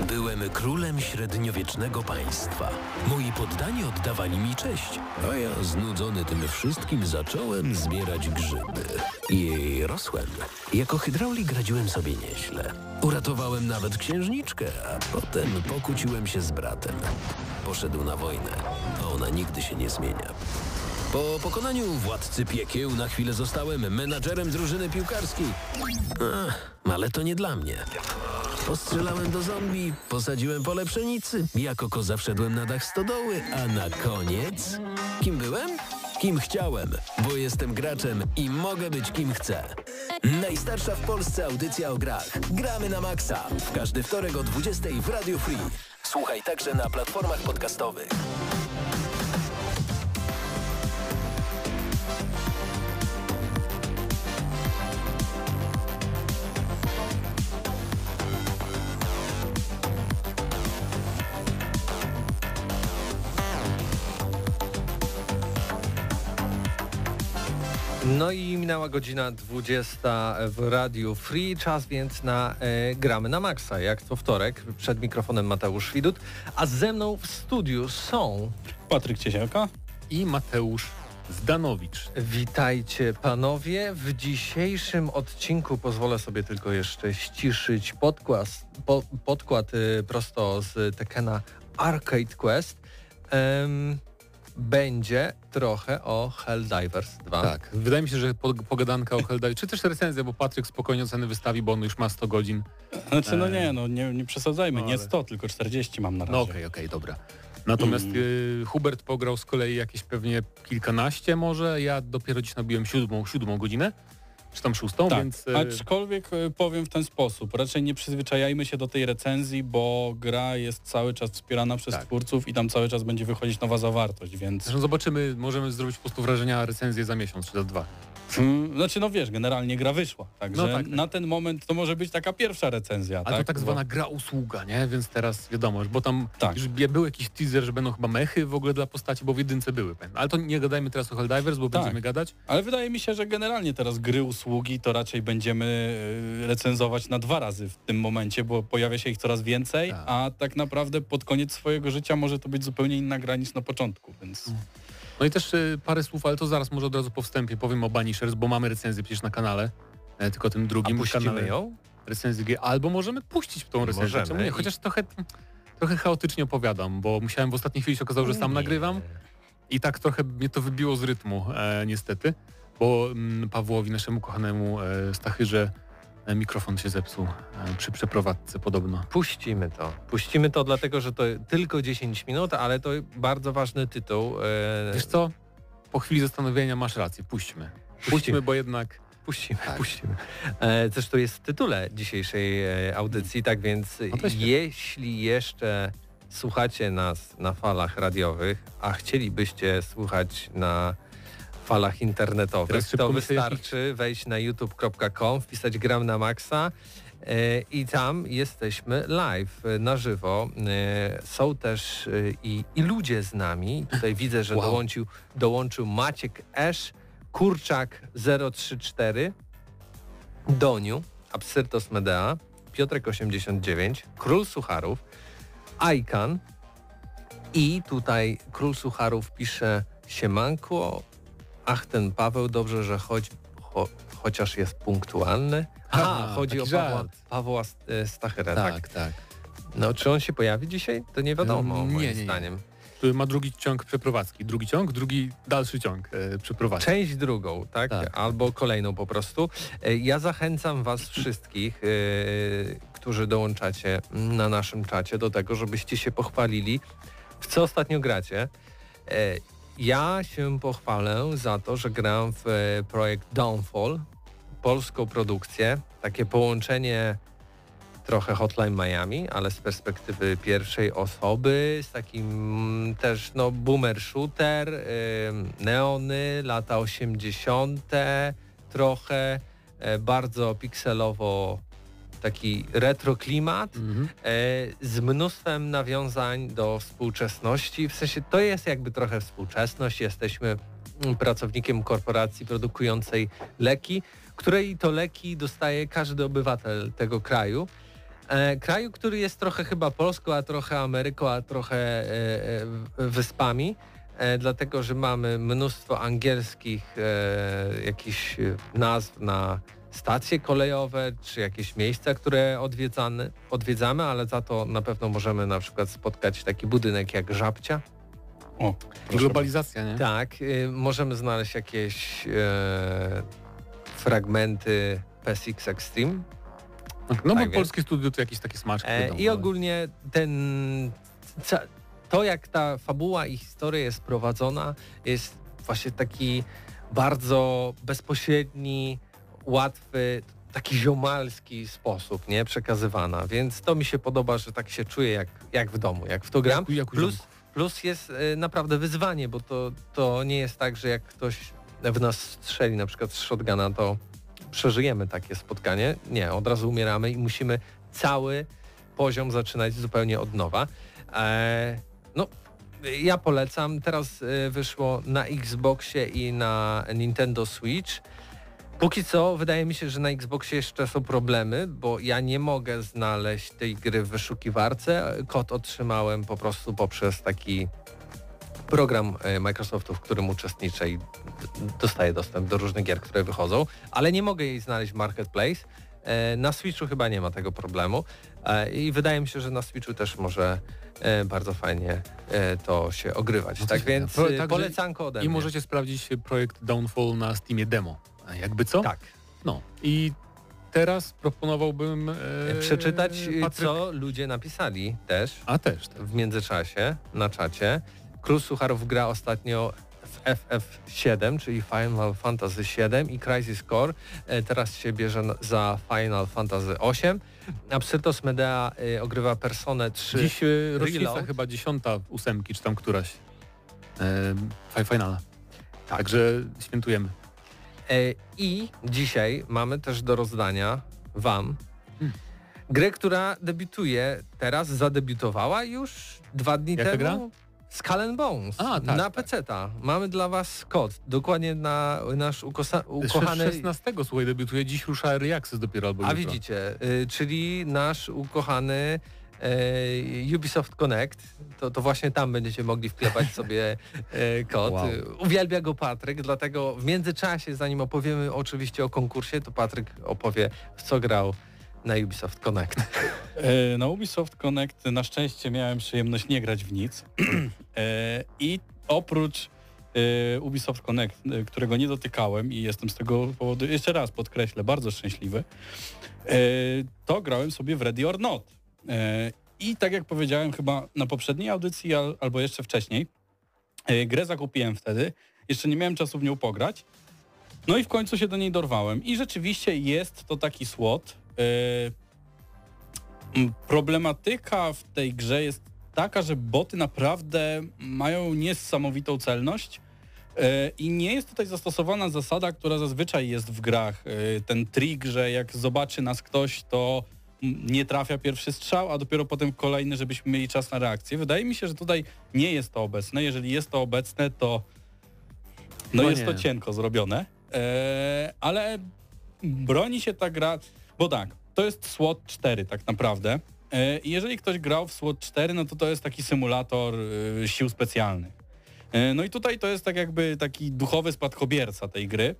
Byłem królem średniowiecznego państwa. Moi poddani oddawali mi cześć, a ja znudzony tym wszystkim zacząłem zbierać grzyby. I rosłem. Jako hydraulik radziłem sobie nieźle. Uratowałem nawet księżniczkę, a potem pokłóciłem się z bratem. Poszedł na wojnę, a ona nigdy się nie zmienia. Po pokonaniu władcy piekieł na chwilę zostałem menadżerem drużyny piłkarskiej. Ale to nie dla mnie. Postrzelałem do zombie, posadziłem pole pszenicy, jako koza wszedłem na dach stodoły, a na koniec... Kim byłem? Kim chciałem, bo jestem graczem i mogę być kim chcę. Najstarsza w Polsce audycja o grach. Gramy na maksa. W każdy wtorek o 20 w Radio Free. Słuchaj także na platformach podcastowych. No i minęła godzina 20 w Radiu Free, czas więc na Gramy na Maxa, jak co wtorek. Przed mikrofonem Mateusz Widut, a ze mną w studiu są Patryk Ciesielka i Mateusz Zdanowicz. Witajcie panowie. W dzisiejszym odcinku pozwolę sobie tylko jeszcze ściszyć podkład prosto z Tekkena Arcade Quest. Będzie trochę o Helldivers 2. Tak, wydaje mi się, że pogadanka o Helldivers, czy też recenzja, bo Patryk spokojnie oceny wystawi, bo on już ma 100 godzin. Znaczy nie przesadzajmy, nie 100, tylko 40 mam na razie. No okej, dobra. Natomiast Hubert pograł z kolei jakieś pewnie kilkanaście może, ja dopiero dziś nabiłem siódmą godzinę, czy tam 6, tak, więc... Aczkolwiek powiem w ten sposób, raczej nie przyzwyczajajmy się do tej recenzji, bo gra jest cały czas wspierana przez twórców i tam cały czas będzie wychodzić nowa zawartość, więc... Zresztą zobaczymy, możemy zrobić po prostu wrażenia recenzję za miesiąc, czy za 2. Znaczy wiesz, generalnie gra wyszła, także na ten moment to może być taka pierwsza recenzja. Ale to tak zwana gra usługa, nie? Więc teraz wiadomo, bo tam już był jakiś teaser, że będą chyba mechy w ogóle dla postaci, bo w jedynce były. Ale to nie gadajmy teraz o Helldivers, bo będziemy gadać. Ale wydaje mi się, że generalnie teraz gry usługi to raczej będziemy recenzować na 2 razy w tym momencie, bo pojawia się ich coraz więcej, a tak naprawdę pod koniec swojego życia może to być zupełnie inna gra niż na początku, więc... No i też parę słów, ale to zaraz może od razu po wstępie powiem o Banishers, bo mamy recenzję przecież na kanale, tylko tym drugim. A puścimy kanale ją? Recenzję, albo możemy puścić tą recenzję. Czemu nie? Chociaż trochę chaotycznie opowiadam, bo musiałem w ostatniej chwili się okazało, że sam nagrywam i tak trochę mnie to wybiło z rytmu niestety, bo Pawłowi, naszemu kochanemu Stachyrze, mikrofon się zepsuł przy przeprowadzce podobno. Puścimy to dlatego, że to tylko 10 minut, ale to bardzo ważny tytuł. Wiesz co? Po chwili zastanowienia masz rację, puśćmy, bo jednak... Puścimy. Zresztą jest w tytule dzisiejszej audycji, tak więc jeśli jeszcze słuchacie nas na falach radiowych, a chcielibyście słuchać na falach internetowych, to wystarczy wejść na youtube.com, wpisać Gram na Maxa i tam jesteśmy live, na żywo. Są też i ludzie z nami. Tutaj widzę, że dołączył Maciek Esz, Kurczak 034, Doniu, Absyrtos Medea, Piotrek 89, Król Sucharów, Ajkan i tutaj Król Sucharów pisze siemanko, ach ten Paweł, dobrze, że chociaż jest punktualny. Chodzi o Pawła Stachyrę, tak. No czy on się pojawi dzisiaj? To nie wiadomo, moim zdaniem. Ma drugi ciąg przeprowadzki. Drugi dalszy ciąg przeprowadzki. Część drugą, tak? Albo kolejną po prostu. Ja zachęcam was wszystkich, którzy dołączacie na naszym czacie do tego, żebyście się pochwalili, w co ostatnio gracie. Ja się pochwalę za to, że gram w projekt Dawnfall, polską produkcję, takie połączenie trochę Hotline Miami, ale z perspektywy pierwszej osoby, z takim też boomer shooter, neony, lata 80. trochę, bardzo pikselowo taki retro klimat, z mnóstwem nawiązań do współczesności, w sensie to jest jakby trochę współczesność, jesteśmy pracownikiem korporacji produkującej leki, której to leki dostaje każdy obywatel tego kraju. Kraju, który jest trochę chyba Polską, a trochę Ameryką, a trochę wyspami, dlatego że mamy mnóstwo angielskich jakichś nazw na stacje kolejowe, czy jakieś miejsca, które odwiedzamy, ale za to na pewno możemy na przykład spotkać taki budynek jak Żabcia. O, globalizacja, nie? Tak, możemy znaleźć jakieś fragmenty PSX Extreme. No tak, bo polskie studio to jakieś takie smaczki. I ogólnie to jak ta fabuła i historia jest prowadzona, jest właśnie taki bardzo bezpośredni, łatwy, taki ziomalski sposób, nie, przekazywana, więc to mi się podoba, że tak się czuję jak w domu, jak w to gram. Plus jest naprawdę wyzwanie, bo to nie jest tak, że jak ktoś w nas strzeli na przykład z shotguna, to przeżyjemy takie spotkanie. Nie, od razu umieramy i musimy cały poziom zaczynać zupełnie od nowa. No, ja polecam. Teraz wyszło na Xboxie i na Nintendo Switch. Póki co wydaje mi się, że na Xboxie jeszcze są problemy, bo ja nie mogę znaleźć tej gry w wyszukiwarce. Kod otrzymałem po prostu poprzez taki program Microsoftu, w którym uczestniczę i dostaję dostęp do różnych gier, które wychodzą, ale nie mogę jej znaleźć w Marketplace. Na Switchu chyba nie ma tego problemu i wydaje mi się, że na Switchu też może bardzo fajnie to się ogrywać. Tak więc polecanko ode mnie. I możecie sprawdzić projekt Downfall na Steamie demo. A jakby co? Tak. No i teraz proponowałbym przeczytać, co ludzie napisali też. Też. W międzyczasie na czacie. Król Sucharów gra ostatnio w FF7, czyli Final Fantasy VII i Crisis Core. Teraz się bierze za Final Fantasy VIII. Absyrtos Medea ogrywa Personę 3. Dziś rocznica chyba 10 ósemki, czy tam któraś. Finala. Tak. Także świętujemy. I dzisiaj mamy też do rozdania wam grę, która debiutuje teraz, zadebiutowała już 2 dni Jaka temu. gra? Skull and Bones tak, na PC-ta. Mamy dla was kod, dokładnie na nasz ukochany... 16 słuchaj, debiutuje, dziś rusza Early Access dopiero albo jutro. widzicie, czyli nasz ukochany Ubisoft Connect, to właśnie tam będziecie mogli wklepać sobie kod. Wow. Uwielbia go Patryk, dlatego w międzyczasie, zanim opowiemy oczywiście o konkursie, to Patryk opowie, w co grał na Ubisoft Connect. Na Ubisoft Connect na szczęście miałem przyjemność nie grać w nic i oprócz Ubisoft Connect, którego nie dotykałem i jestem z tego powodu, jeszcze raz podkreślę, bardzo szczęśliwy, to grałem sobie w Ready or Not. I tak jak powiedziałem chyba na poprzedniej audycji albo jeszcze wcześniej, grę zakupiłem wtedy, jeszcze nie miałem czasu w nią pograć, no i w końcu się do niej dorwałem i rzeczywiście jest to taki SWAT. Problematyka w tej grze jest taka, że boty naprawdę mają niesamowitą celność i nie jest tutaj zastosowana zasada, która zazwyczaj jest w grach. Ten trik, że jak zobaczy nas ktoś, to nie trafia pierwszy strzał, a dopiero potem kolejny, żebyśmy mieli czas na reakcję. Wydaje mi się, że tutaj nie jest to obecne. Jeżeli jest to obecne, to jest to cienko zrobione. Ale broni się ta gra, bo tak, to jest SWAT 4 tak naprawdę. I jeżeli ktoś grał w SWAT 4, no to jest taki symulator sił specjalnych. No i tutaj to jest tak jakby taki duchowy spadkobierca tej gry.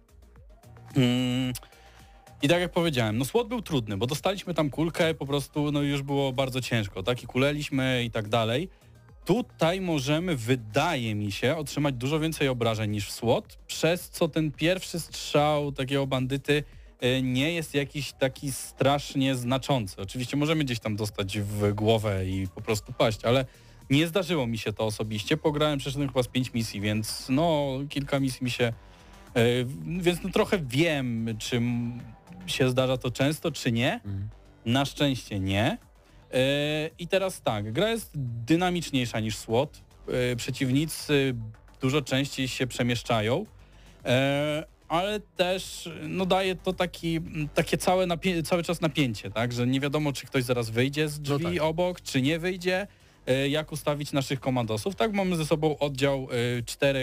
I tak jak powiedziałem, no SWAT był trudny, bo dostaliśmy tam kulkę, po prostu no już było bardzo ciężko, tak? I kuleliśmy i tak dalej. Tutaj możemy, wydaje mi się, otrzymać dużo więcej obrażeń niż w SWAT, przez co ten pierwszy strzał takiego bandyty nie jest jakiś taki strasznie znaczący. Oczywiście możemy gdzieś tam dostać w głowę i po prostu paść, ale nie zdarzyło mi się to osobiście. Pograłem, przeszedłem chyba z 5 misji, więc no kilka misji mi się... Więc no trochę wiem, czy się zdarza to często, czy nie. Na szczęście nie. I teraz tak, gra jest dynamiczniejsza niż SWAT. Przeciwnicy dużo częściej się przemieszczają, ale też no, daje to takie cały czas napięcie, tak, że nie wiadomo, czy ktoś zaraz wyjdzie z drzwi obok, czy nie wyjdzie, jak ustawić naszych komandosów. Tak, mamy ze sobą oddział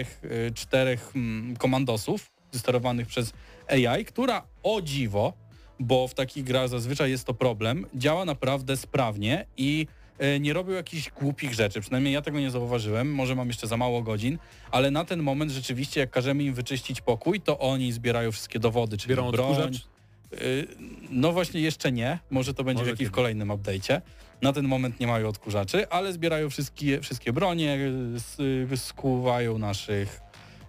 czterech komandosów sterowanych przez AI, która o dziwo bo w takich grach zazwyczaj jest to problem, działa naprawdę sprawnie i nie robią jakichś głupich rzeczy. Przynajmniej ja tego nie zauważyłem, może mam jeszcze za mało godzin, ale na ten moment rzeczywiście jak każemy im wyczyścić pokój, to oni zbierają wszystkie dowody, czyli Biorą broń. odkurzacz? No właśnie jeszcze nie, może to będzie w jakimś kolejnym update'cie. Na ten moment nie mają odkurzaczy, ale zbierają wszystkie bronie, skuwają naszych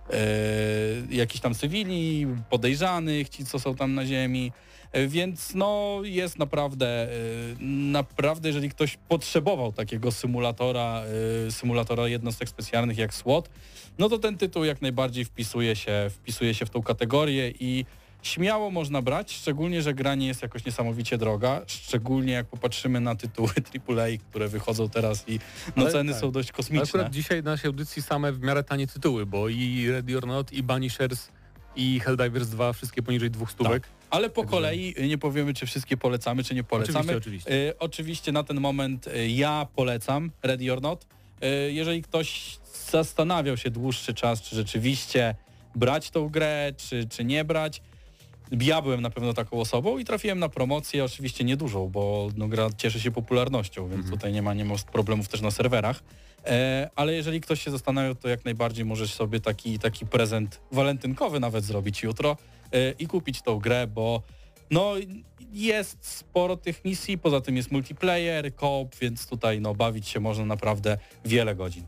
jakichś tam cywili, podejrzanych, ci co są tam na ziemi. Więc no jest naprawdę, jeżeli ktoś potrzebował takiego symulatora jednostek specjalnych jak SWAT, no to ten tytuł jak najbardziej wpisuje się w tą kategorię i śmiało można brać, szczególnie, że gra nie jest jakoś niesamowicie droga, szczególnie jak popatrzymy na tytuły AAA, które wychodzą teraz i ceny są dość kosmiczne. Ale akurat dzisiaj w naszej audycji same w miarę tanie tytuły, bo i Ready or Not, i Banishers, i Helldivers 2, wszystkie poniżej 200 stówek. Tak. Ale po kolei nie powiemy, czy wszystkie polecamy, czy nie polecamy. Oczywiście. Oczywiście na ten moment ja polecam Ready or Not. Jeżeli ktoś zastanawiał się dłuższy czas, czy rzeczywiście brać tą grę, czy nie brać, ja byłem na pewno taką osobą i trafiłem na promocję, oczywiście niedużą, bo gra cieszy się popularnością, więc tutaj nie ma problemów też na serwerach. Ale jeżeli ktoś się zastanawiał, to jak najbardziej możesz sobie taki prezent walentynkowy nawet zrobić jutro i kupić tą grę, bo no jest sporo tych misji, poza tym jest multiplayer, co-op, więc tutaj bawić się można naprawdę wiele godzin.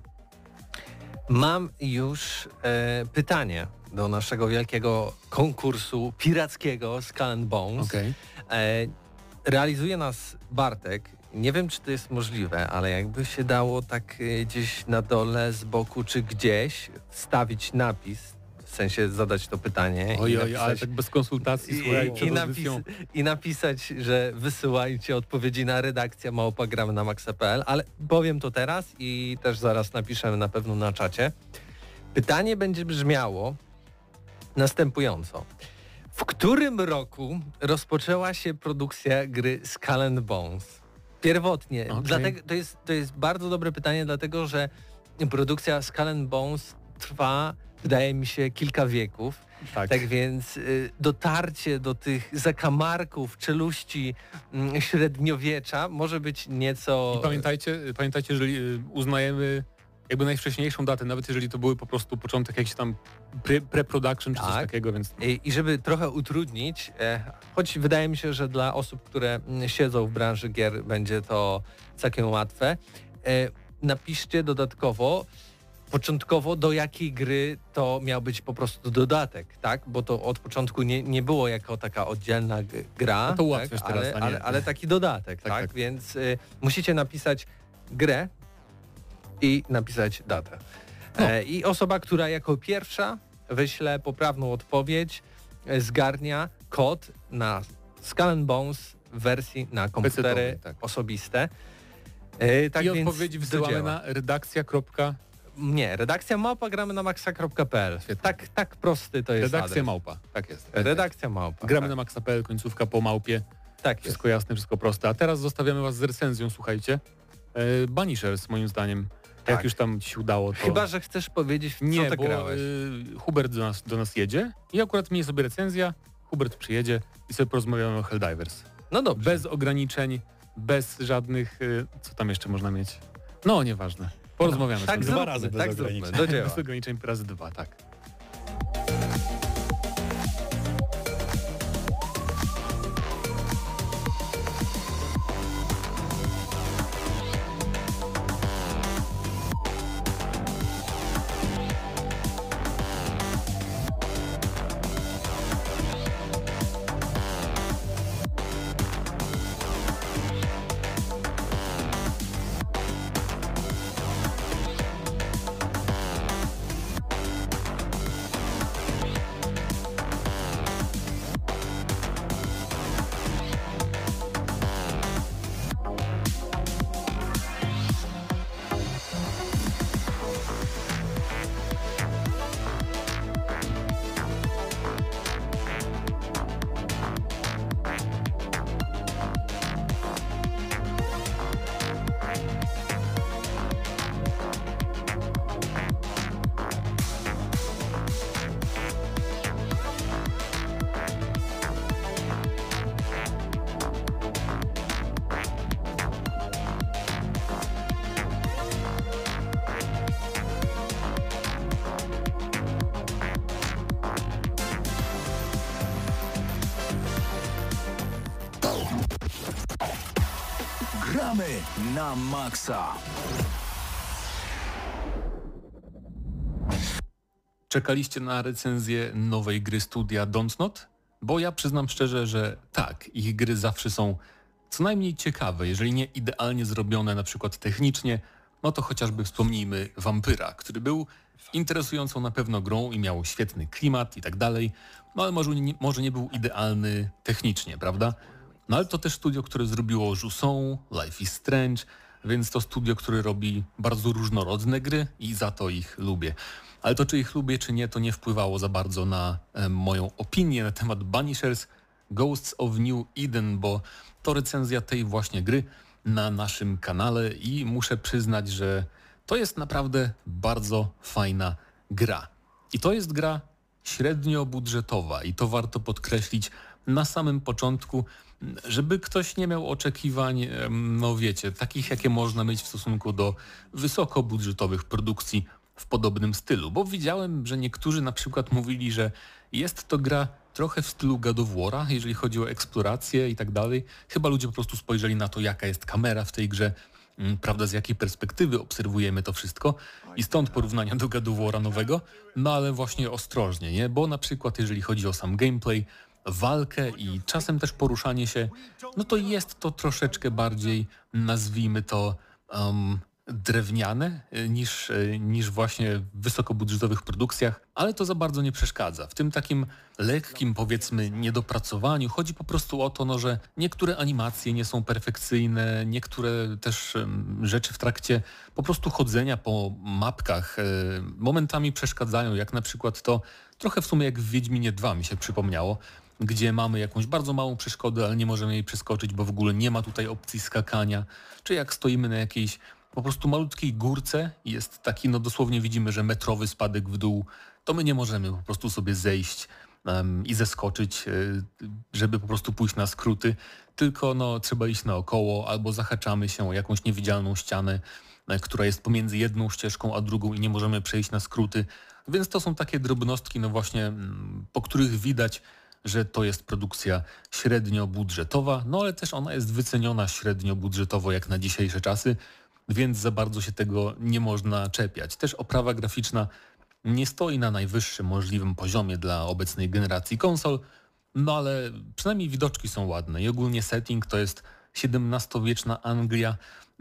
Mam już pytanie do naszego wielkiego konkursu pirackiego Skull and Bones. Okay. Realizuje nas Bartek. Nie wiem, czy to jest możliwe, ale jakby się dało tak gdzieś na dole, z boku, czy gdzieś wstawić napis, w sensie zadać to pytanie. Oj, ale tak bez konsultacji, słuchaj, i napisać, że wysyłajcie odpowiedzi na redakcja @gramy-na-maxa.pl, ale powiem to teraz i też zaraz napiszemy na pewno na czacie. Pytanie będzie brzmiało następująco. W którym roku rozpoczęła się produkcja gry Skull and Bones? Pierwotnie. Okay. Dlatego to jest bardzo dobre pytanie, dlatego że produkcja Skull and Bones trwa, wydaje mi się, kilka wieków. Tak więc dotarcie do tych zakamarków czeluści średniowiecza może być nieco... I pamiętajcie, że uznajemy jakby najwcześniejszą datę, nawet jeżeli to były po prostu początek jakiś tam pre-production czy coś takiego, więc... I żeby trochę utrudnić, choć wydaje mi się, że dla osób, które siedzą w branży gier będzie to całkiem łatwe, napiszcie dodatkowo, początkowo do jakiej gry to miał być po prostu dodatek, tak? Bo to od początku nie było jako taka oddzielna gra, no to ułatwiasz tak? teraz, ale taki dodatek, tak? Więc musicie napisać grę i napisać datę. I osoba, która jako pierwsza wyśle poprawną odpowiedź, zgarnia kod na Skull and Bones w wersji na komputery osobiste. Tak, i odpowiedzi wysyłamy na redakcja. Nie, redakcja @gramy-na-maxa.pl. Tak prosty to jest redakcja adres. małpa, tak jest. Redakcja małpa. Gramy na maxa.pl, końcówka po małpie. Tak wszystko jest jasne, wszystko proste. A teraz zostawiamy was z recenzją, słuchajcie. Banishers moim zdaniem. Jak już tam ci się udało, to... Chyba, że chcesz powiedzieć, w co ty grałeś. Hubert do nas jedzie i akurat minie sobie recenzja, Hubert przyjedzie i sobie porozmawiamy o Helldivers. No dobrze. Bez ograniczeń, bez żadnych... co tam jeszcze można mieć? No, nieważne. Porozmawiamy. Tak, dwa razy bez ograniczeń. Do dzieła. Bez ograniczeń razy 2, tak. gramy na maksa. Czekaliście na recenzję nowej gry studia Don't Not? Bo ja przyznam szczerze, że tak, ich gry zawsze są co najmniej ciekawe, jeżeli nie idealnie zrobione na przykład technicznie, no to chociażby wspomnijmy Vampyra, który był interesującą na pewno grą i miał świetny klimat i tak dalej, no ale może nie był idealny technicznie, prawda? No ale to też studio, które zrobiło Jusson, Life is Strange, więc to studio, które robi bardzo różnorodne gry i za to ich lubię. Ale to, czy ich lubię, czy nie, to nie wpływało za bardzo na moją opinię na temat Banishers Ghosts of New Eden, bo to recenzja tej właśnie gry na naszym kanale i muszę przyznać, że to jest naprawdę bardzo fajna gra. I to jest gra średnio budżetowa i to warto podkreślić na samym początku, żeby ktoś nie miał oczekiwań, no wiecie, takich jakie można mieć w stosunku do wysokobudżetowych produkcji w podobnym stylu, bo widziałem, że niektórzy na przykład mówili, że jest to gra trochę w stylu God of War'a, jeżeli chodzi o eksplorację i tak dalej. Chyba ludzie po prostu spojrzeli na to, jaka jest kamera w tej grze, prawda, z jakiej perspektywy obserwujemy to wszystko i stąd porównania do God of War'a nowego, no ale właśnie ostrożnie, nie? Bo na przykład jeżeli chodzi o sam gameplay, walkę i czasem też poruszanie się, no to jest to troszeczkę bardziej, nazwijmy to, drewniane niż właśnie w wysokobudżetowych produkcjach, ale to za bardzo nie przeszkadza. W tym takim lekkim, powiedzmy, niedopracowaniu chodzi po prostu o to, no, że niektóre animacje nie są perfekcyjne, niektóre też rzeczy w trakcie po prostu chodzenia po mapkach momentami przeszkadzają, jak na przykład to trochę w sumie jak w Wiedźminie 2 mi się przypomniało, gdzie mamy jakąś bardzo małą przeszkodę, ale nie możemy jej przeskoczyć, bo w ogóle nie ma tutaj opcji skakania, czy jak stoimy na jakiejś po prostu malutkiej górce i jest taki, no dosłownie widzimy, że metrowy spadek w dół, to my nie możemy po prostu sobie zejść i zeskoczyć, żeby po prostu pójść na skróty, tylko no trzeba iść naokoło albo zahaczamy się o jakąś niewidzialną ścianę, która jest pomiędzy jedną ścieżką a drugą i nie możemy przejść na skróty, więc to są takie drobnostki, no właśnie, po których widać, że to jest produkcja średnio budżetowa, no ale też ona jest wyceniona średnio budżetowo jak na dzisiejsze czasy, więc za bardzo się tego nie można czepiać. Też oprawa graficzna nie stoi na najwyższym możliwym poziomie dla obecnej generacji konsol, no ale przynajmniej widoczki są ładne i ogólnie setting to jest XVII-wieczna Anglia,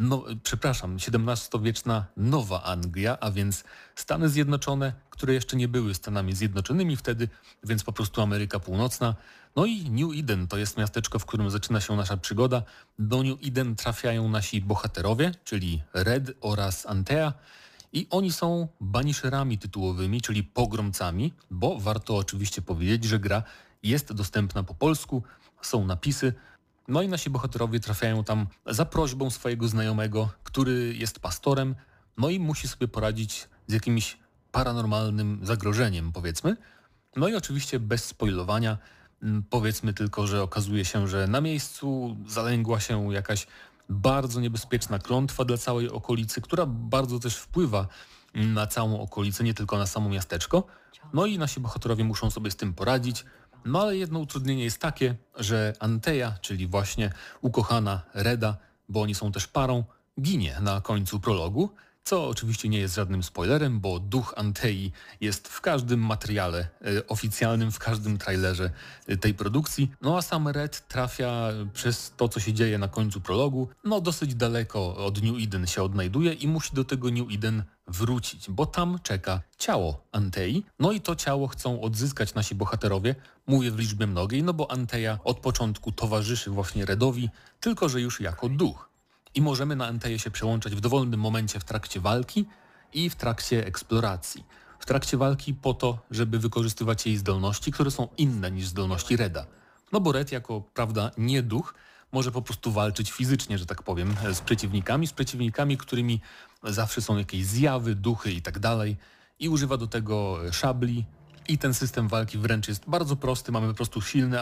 XVII-wieczna Nowa Anglia, a więc Stany Zjednoczone, które jeszcze nie były Stanami Zjednoczonymi wtedy, więc po prostu Ameryka Północna. No i New Eden to jest miasteczko, w którym zaczyna się nasza przygoda. Do New Eden trafiają nasi bohaterowie, czyli Red oraz Antea i oni są banisherami tytułowymi, czyli pogromcami, bo warto oczywiście powiedzieć, że gra jest dostępna po polsku, są napisy. No i nasi bohaterowie trafiają tam za prośbą swojego znajomego, który jest pastorem, no i musi sobie poradzić z jakimś paranormalnym zagrożeniem, powiedzmy. No i oczywiście bez spoilowania, powiedzmy tylko, że okazuje się, że na miejscu zalęgła się jakaś bardzo niebezpieczna klątwa dla całej okolicy, która bardzo też wpływa na całą okolicę, nie tylko na samo miasteczko. No i nasi bohaterowie muszą sobie z tym poradzić. No ale jedno utrudnienie jest takie, że Antea, czyli właśnie ukochana Reda, bo oni są też parą, ginie na końcu prologu, co oczywiście nie jest żadnym spoilerem, bo duch Antei jest w każdym materiale oficjalnym, w każdym trailerze tej produkcji. No a sam Red trafia przez to, co się dzieje na końcu prologu, no dosyć daleko od New Eden się odnajduje i musi do tego New Eden wrócić, bo tam czeka ciało Antei. No i to ciało chcą odzyskać nasi bohaterowie, mówię w liczbie mnogiej, no bo Antea od początku towarzyszy właśnie Redowi, tylko że już jako duch. I możemy na Anteję się przełączać w dowolnym momencie w trakcie walki i w trakcie eksploracji. W trakcie walki po to, żeby wykorzystywać jej zdolności, które są inne niż zdolności Reda. No bo Red jako, prawda, nie duch, może po prostu walczyć fizycznie, że tak powiem, z przeciwnikami, którymi zawsze są jakieś zjawy, duchy i tak dalej. I używa do tego szabli. I ten system walki wręcz jest bardzo prosty. Mamy po prostu silne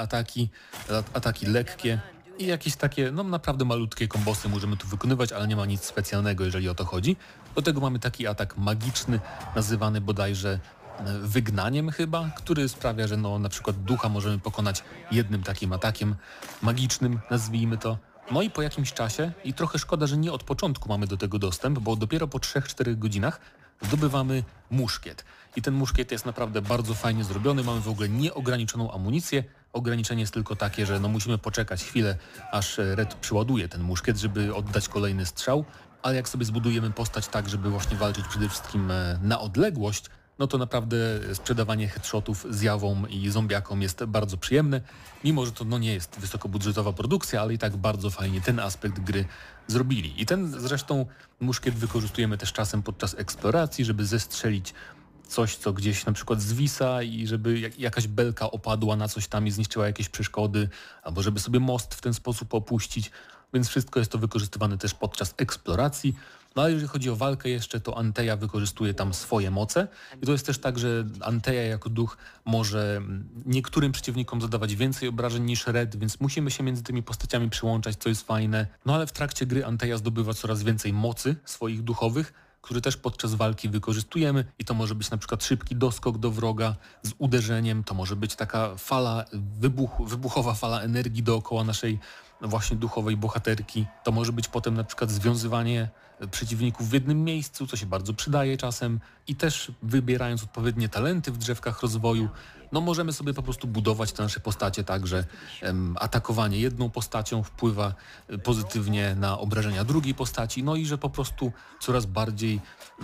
ataki lekkie. I jakieś takie, no naprawdę malutkie kombosy możemy tu wykonywać, ale nie ma nic specjalnego, jeżeli o to chodzi. Do tego mamy taki atak magiczny, nazywany bodajże wygnaniem chyba, który sprawia, że no na przykład ducha możemy pokonać jednym takim atakiem magicznym, nazwijmy to. No i po jakimś czasie, i trochę szkoda, że nie od początku mamy do tego dostęp, bo dopiero po 3-4 godzinach zdobywamy muszkiet. I ten muszkiet jest naprawdę bardzo fajnie zrobiony, mamy w ogóle nieograniczoną amunicję. Ograniczenie jest tylko takie, że musimy poczekać chwilę, aż Red przyładuje ten muszkiet, żeby oddać kolejny strzał, ale jak sobie zbudujemy postać tak, żeby właśnie walczyć przede wszystkim na odległość, no to naprawdę sprzedawanie headshotów zjawom i zombiakom jest bardzo przyjemne, mimo że to nie jest wysokobudżetowa produkcja, ale i tak bardzo fajnie ten aspekt gry zrobili. I ten zresztą muszkiet wykorzystujemy też czasem podczas eksploracji, żeby zestrzelić coś, co gdzieś na przykład zwisa i żeby jakaś belka opadła na coś tam i zniszczyła jakieś przeszkody, albo żeby sobie most w ten sposób opuścić, więc wszystko jest to wykorzystywane też podczas eksploracji. No ale jeżeli chodzi o walkę jeszcze, to Anteja wykorzystuje tam swoje moce i to jest też tak, że Anteja jako duch może niektórym przeciwnikom zadawać więcej obrażeń niż Red, więc musimy się między tymi postaciami przyłączać, co jest fajne. No ale w trakcie gry Anteja zdobywa coraz więcej mocy swoich duchowych, który też podczas walki wykorzystujemy i to może być na przykład szybki doskok do wroga z uderzeniem, to może być taka fala, wybuchowa fala energii dookoła naszej właśnie duchowej bohaterki, to może być potem na przykład związywanie przeciwników w jednym miejscu, co się bardzo przydaje czasem i też wybierając odpowiednie talenty w drzewkach rozwoju, no możemy sobie po prostu budować te nasze postacie tak, że atakowanie jedną postacią wpływa pozytywnie na obrażenia drugiej postaci, no i że po prostu coraz bardziej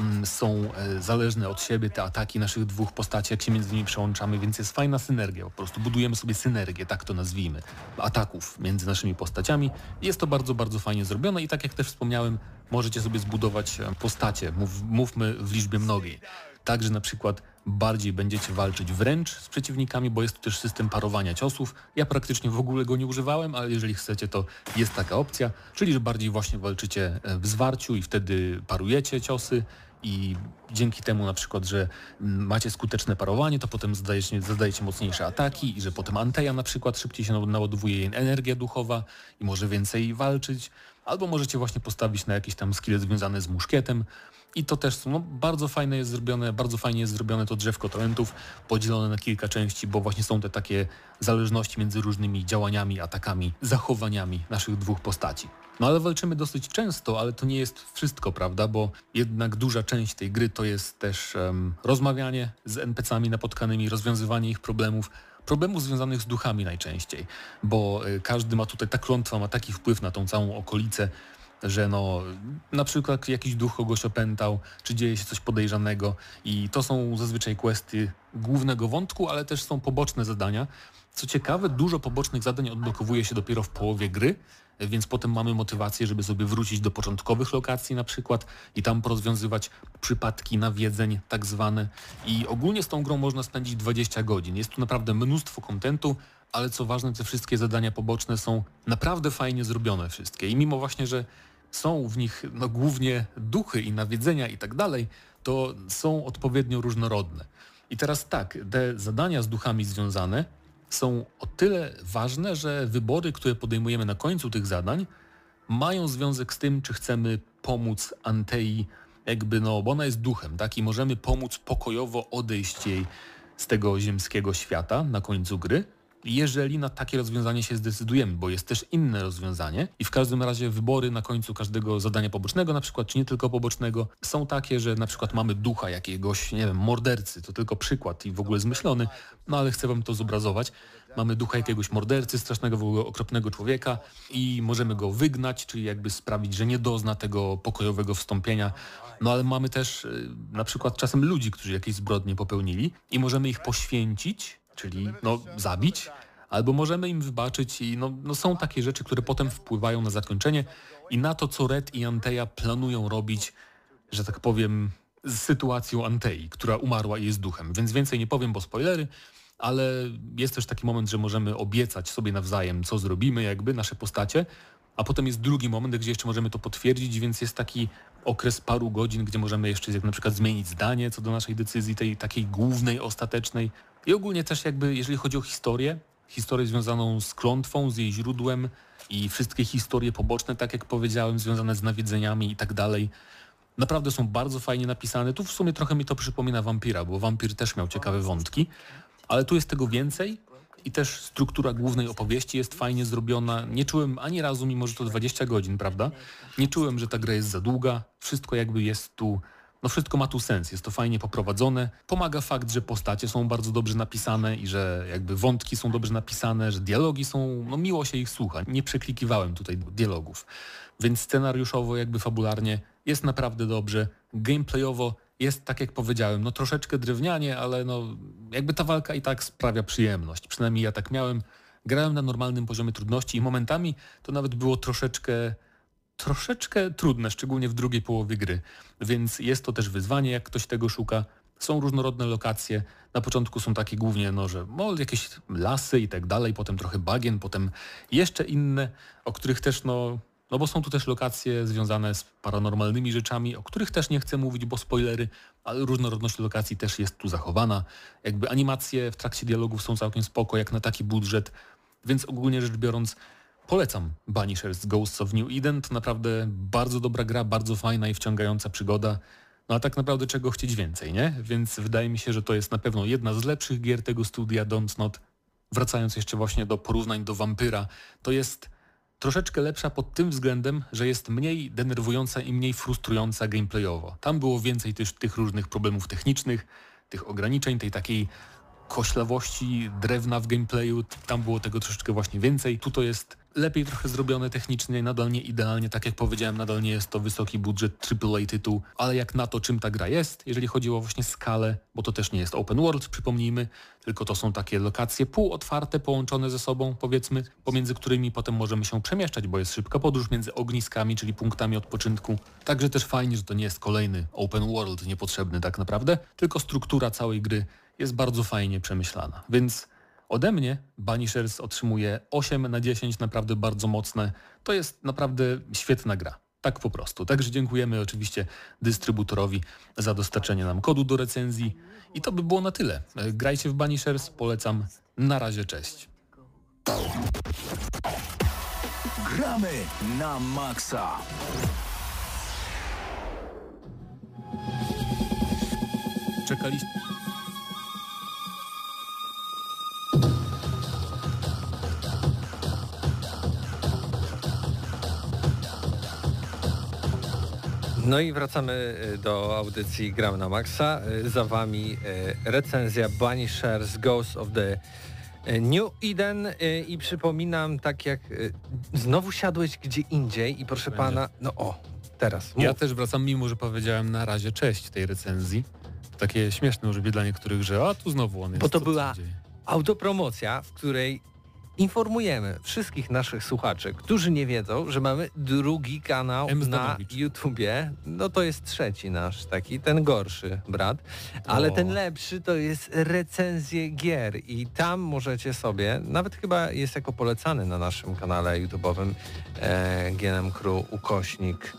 są zależne od siebie te ataki naszych dwóch postaci, jak się między nimi przełączamy, więc jest fajna synergia, po prostu budujemy sobie synergię, tak to nazwijmy, ataków między naszymi postaciami. Jest to bardzo, bardzo fajnie zrobione i tak jak też wspomniałem, możecie sobie zbudować postacie, mówmy w liczbie mnogiej. Tak, że na przykład bardziej będziecie walczyć wręcz z przeciwnikami, bo jest tu też system parowania ciosów. Ja praktycznie w ogóle go nie używałem, ale jeżeli chcecie, to jest taka opcja, czyli że bardziej właśnie walczycie w zwarciu i wtedy parujecie ciosy i dzięki temu na przykład, że macie skuteczne parowanie, to potem zadajecie mocniejsze ataki i że potem Anteja na przykład szybciej się naładowuje jej energia duchowa i może więcej walczyć, albo możecie właśnie postawić na jakieś tam skille związane z muszkietem. I to też bardzo fajnie jest zrobione to drzewko talentów, podzielone na kilka części, bo właśnie są te takie zależności między różnymi działaniami, atakami, zachowaniami naszych dwóch postaci. No ale walczymy dosyć często, ale to nie jest wszystko, prawda, bo jednak duża część tej gry to jest też rozmawianie z NPC-ami napotkanymi, rozwiązywanie ich problemów związanych z duchami najczęściej, bo każdy ma tutaj, ta klątwa ma taki wpływ na tą całą okolicę, że na przykład jakiś duch kogoś opętał, czy dzieje się coś podejrzanego i to są zazwyczaj questy głównego wątku, ale też są poboczne zadania. Co ciekawe, dużo pobocznych zadań odblokowuje się dopiero w połowie gry, więc potem mamy motywację, żeby sobie wrócić do początkowych lokacji na przykład i tam porozwiązywać przypadki nawiedzeń tak zwane i ogólnie z tą grą można spędzić 20 godzin. Jest tu naprawdę mnóstwo kontentu, ale co ważne, te wszystkie zadania poboczne są naprawdę fajnie zrobione wszystkie i mimo właśnie, że są w nich głównie duchy i nawiedzenia i tak dalej, to są odpowiednio różnorodne. I teraz tak, te zadania z duchami związane są o tyle ważne, że wybory, które podejmujemy na końcu tych zadań, mają związek z tym, czy chcemy pomóc Antei, bo ona jest duchem, tak? I możemy pomóc pokojowo odejść jej z tego ziemskiego świata na końcu gry, jeżeli na takie rozwiązanie się zdecydujemy, bo jest też inne rozwiązanie i w każdym razie wybory na końcu każdego zadania pobocznego, na przykład, czy nie tylko pobocznego, są takie, że na przykład mamy ducha jakiegoś, mordercy, to tylko przykład i w ogóle zmyślony, ale chcę wam to zobrazować. Mamy ducha jakiegoś mordercy, strasznego, w ogóle okropnego człowieka i możemy go wygnać, czyli jakby sprawić, że nie dozna tego pokojowego wstąpienia. Ale mamy też na przykład czasem ludzi, którzy jakieś zbrodnie popełnili i możemy ich poświęcić, czyli zabić, albo możemy im wybaczyć i są takie rzeczy, które potem wpływają na zakończenie i na to, co Red i Anteja planują robić, że tak powiem, z sytuacją Antei, która umarła i jest duchem. Więc więcej nie powiem, bo spoilery, ale jest też taki moment, że możemy obiecać sobie nawzajem, co zrobimy, nasze postacie, a potem jest drugi moment, gdzie jeszcze możemy to potwierdzić, więc jest taki okres paru godzin, gdzie możemy jeszcze na przykład zmienić zdanie co do naszej decyzji, tej takiej głównej, ostatecznej. I ogólnie też jeżeli chodzi o historię związaną z klątwą, z jej źródłem i wszystkie historie poboczne, tak jak powiedziałem, związane z nawiedzeniami i tak dalej, naprawdę są bardzo fajnie napisane. Tu w sumie trochę mi to przypomina Vampira, bo Vampir też miał ciekawe wątki, ale tu jest tego więcej i też struktura głównej opowieści jest fajnie zrobiona. Nie czułem ani razu, mimo że to 20 godzin, prawda? Nie czułem, że ta gra jest za długa. Wszystko jakby jest tu, wszystko ma tu sens. Jest to fajnie poprowadzone. Pomaga fakt, że postacie są bardzo dobrze napisane i że jakby wątki są dobrze napisane, że dialogi są, miło się ich słucha. Nie przeklikiwałem tutaj dialogów. Więc scenariuszowo, jakby fabularnie jest naprawdę dobrze. Gameplayowo jest, tak jak powiedziałem, troszeczkę drewnianie, ale jakby ta walka i tak sprawia przyjemność. Przynajmniej ja tak miałem. Grałem na normalnym poziomie trudności i momentami to nawet było troszeczkę trudne, szczególnie w drugiej połowie gry. Więc jest to też wyzwanie, jak ktoś tego szuka. Są różnorodne lokacje. Na początku są takie głównie, że jakieś lasy i tak dalej, potem trochę bagien, potem jeszcze inne, o których też bo są tu też lokacje związane z paranormalnymi rzeczami, o których też nie chcę mówić, bo spoilery, ale różnorodność lokacji też jest tu zachowana. Jakby animacje w trakcie dialogów są całkiem spoko, jak na taki budżet, więc ogólnie rzecz biorąc polecam Banishers Ghosts of New Eden. To naprawdę bardzo dobra gra, bardzo fajna i wciągająca przygoda. A tak naprawdę czego chcieć więcej, nie? Więc wydaje mi się, że to jest na pewno jedna z lepszych gier tego studia Dontnod. Wracając jeszcze właśnie do porównań do Vampyra, to jest troszeczkę lepsza pod tym względem, że jest mniej denerwująca i mniej frustrująca gameplayowo. Tam było więcej też tych różnych problemów technicznych, tych ograniczeń, tej takiej koślawości drewna w gameplayu. Tam było tego troszeczkę właśnie więcej. Tu to jest lepiej trochę zrobione technicznie, nadal nie idealnie, tak jak powiedziałem, nadal nie jest to wysoki budżet AAA tytuł, ale jak na to, czym ta gra jest, jeżeli chodzi o właśnie skalę, bo to też nie jest open world, przypomnijmy, tylko to są takie lokacje półotwarte, połączone ze sobą, powiedzmy, pomiędzy którymi potem możemy się przemieszczać, bo jest szybka podróż między ogniskami, czyli punktami odpoczynku. Także też fajnie, że to nie jest kolejny open world niepotrzebny tak naprawdę, tylko struktura całej gry jest bardzo fajnie przemyślana. Więc ode mnie Banishers otrzymuje 8 na 10, naprawdę bardzo mocne. To jest naprawdę świetna gra. Tak po prostu. Także dziękujemy oczywiście dystrybutorowi za dostarczenie nam kodu do recenzji. I to by było na tyle. Grajcie w Banishers, polecam. Na razie, cześć. Gramy na maksa. Czekaliście... No i wracamy do audycji Gram na Maxa. Za wami recenzja Banishers Ghosts of the New Eden i przypominam, tak jak znowu siadłeś gdzie indziej i proszę pana, teraz. Ja też wracam, mimo że powiedziałem na razie cześć tej recenzji. Takie śmieszne już dla niektórych, że tu znowu on jest. Bo to była autopromocja, w której informujemy wszystkich naszych słuchaczy, którzy nie wiedzą, że mamy drugi kanał na YouTubie. To jest trzeci nasz taki, ten gorszy brat, ale ten lepszy to jest recenzje gier i tam możecie sobie, nawet chyba jest jako polecany na naszym kanale YouTube'owym GNM Crew /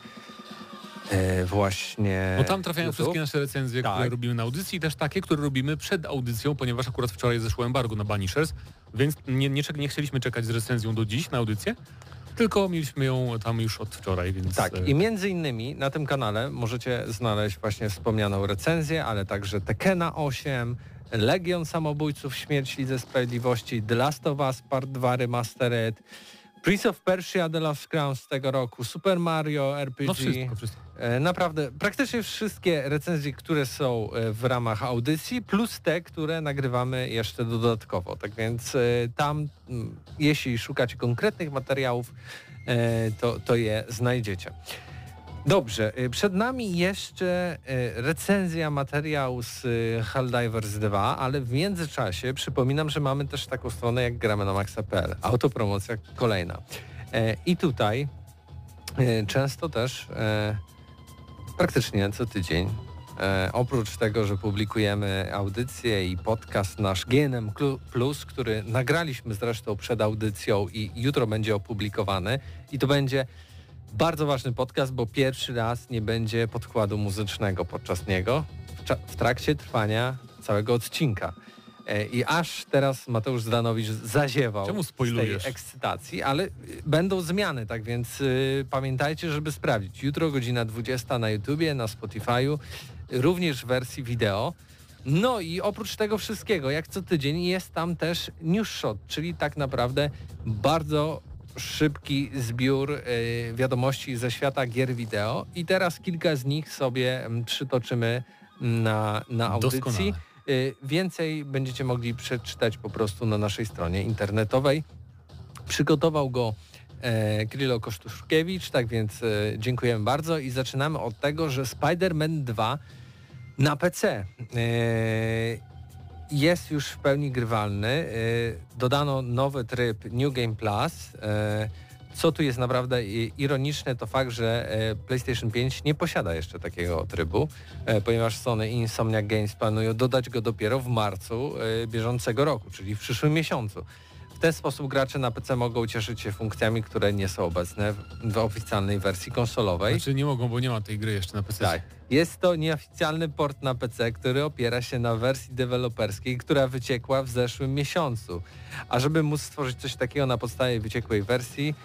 właśnie... tam trafiają wszystkie nasze recenzje, które robimy na audycji i też takie, które robimy przed audycją, ponieważ akurat wczoraj zeszło embargo na Banishers, więc nie chcieliśmy czekać z recenzją do dziś na audycję, tylko mieliśmy ją tam już od wczoraj, więc... Tak, i między innymi na tym kanale możecie znaleźć właśnie wspomnianą recenzję, ale także Tekena 8, Legion Samobójców, Śmierć Lidze Sprawiedliwości, The Last of Us Part 2 Remastered, Prince of Persia The Lost Crown z tego roku, Super Mario RPG. Wszystko. Naprawdę, praktycznie wszystkie recenzje, które są w ramach audycji, plus te, które nagrywamy jeszcze dodatkowo. Tak więc tam, jeśli szukacie konkretnych materiałów, to je znajdziecie. Dobrze, przed nami jeszcze recenzja materiału z Helldivers 2, ale w międzyczasie przypominam, że mamy też taką stronę jak gramy na maxa.pl. Autopromocja kolejna. I tutaj często też praktycznie co tydzień, oprócz tego, że publikujemy audycję i podcast nasz GNM Plus, który nagraliśmy zresztą przed audycją i jutro będzie opublikowany i to będzie bardzo ważny podcast, bo pierwszy raz nie będzie podkładu muzycznego podczas niego w trakcie trwania całego odcinka. I aż teraz Mateusz Zdanowicz zaziewał z tej ekscytacji, ale będą zmiany, tak więc pamiętajcie, żeby sprawdzić. Jutro godzina 20 na YouTubie, na Spotify'u, również w wersji wideo. No i oprócz tego wszystkiego, jak co tydzień, jest tam też News Shot, czyli tak naprawdę bardzo szybki zbiór wiadomości ze świata gier wideo i teraz kilka z nich sobie przytoczymy na audycji. Doskonale. Więcej będziecie mogli przeczytać po prostu na naszej stronie internetowej. Przygotował go Krylo Kosztuszkiewicz, tak więc dziękujemy bardzo i zaczynamy od tego, że Spider-Man 2 na PC jest już w pełni grywalny. Dodano nowy tryb New Game Plus. Co tu jest naprawdę ironiczne, to fakt, że PlayStation 5 nie posiada jeszcze takiego trybu, ponieważ Sony i Insomniac Games planują dodać go dopiero w marcu bieżącego roku, czyli w przyszłym miesiącu. W ten sposób gracze na PC mogą cieszyć się funkcjami, które nie są obecne w oficjalnej wersji konsolowej. Znaczy nie mogą, bo nie ma tej gry jeszcze na PC. Tak. Jest to nieoficjalny port na PC, który opiera się na wersji deweloperskiej, która wyciekła w zeszłym miesiącu. A żeby móc stworzyć coś takiego na podstawie wyciekłej wersji,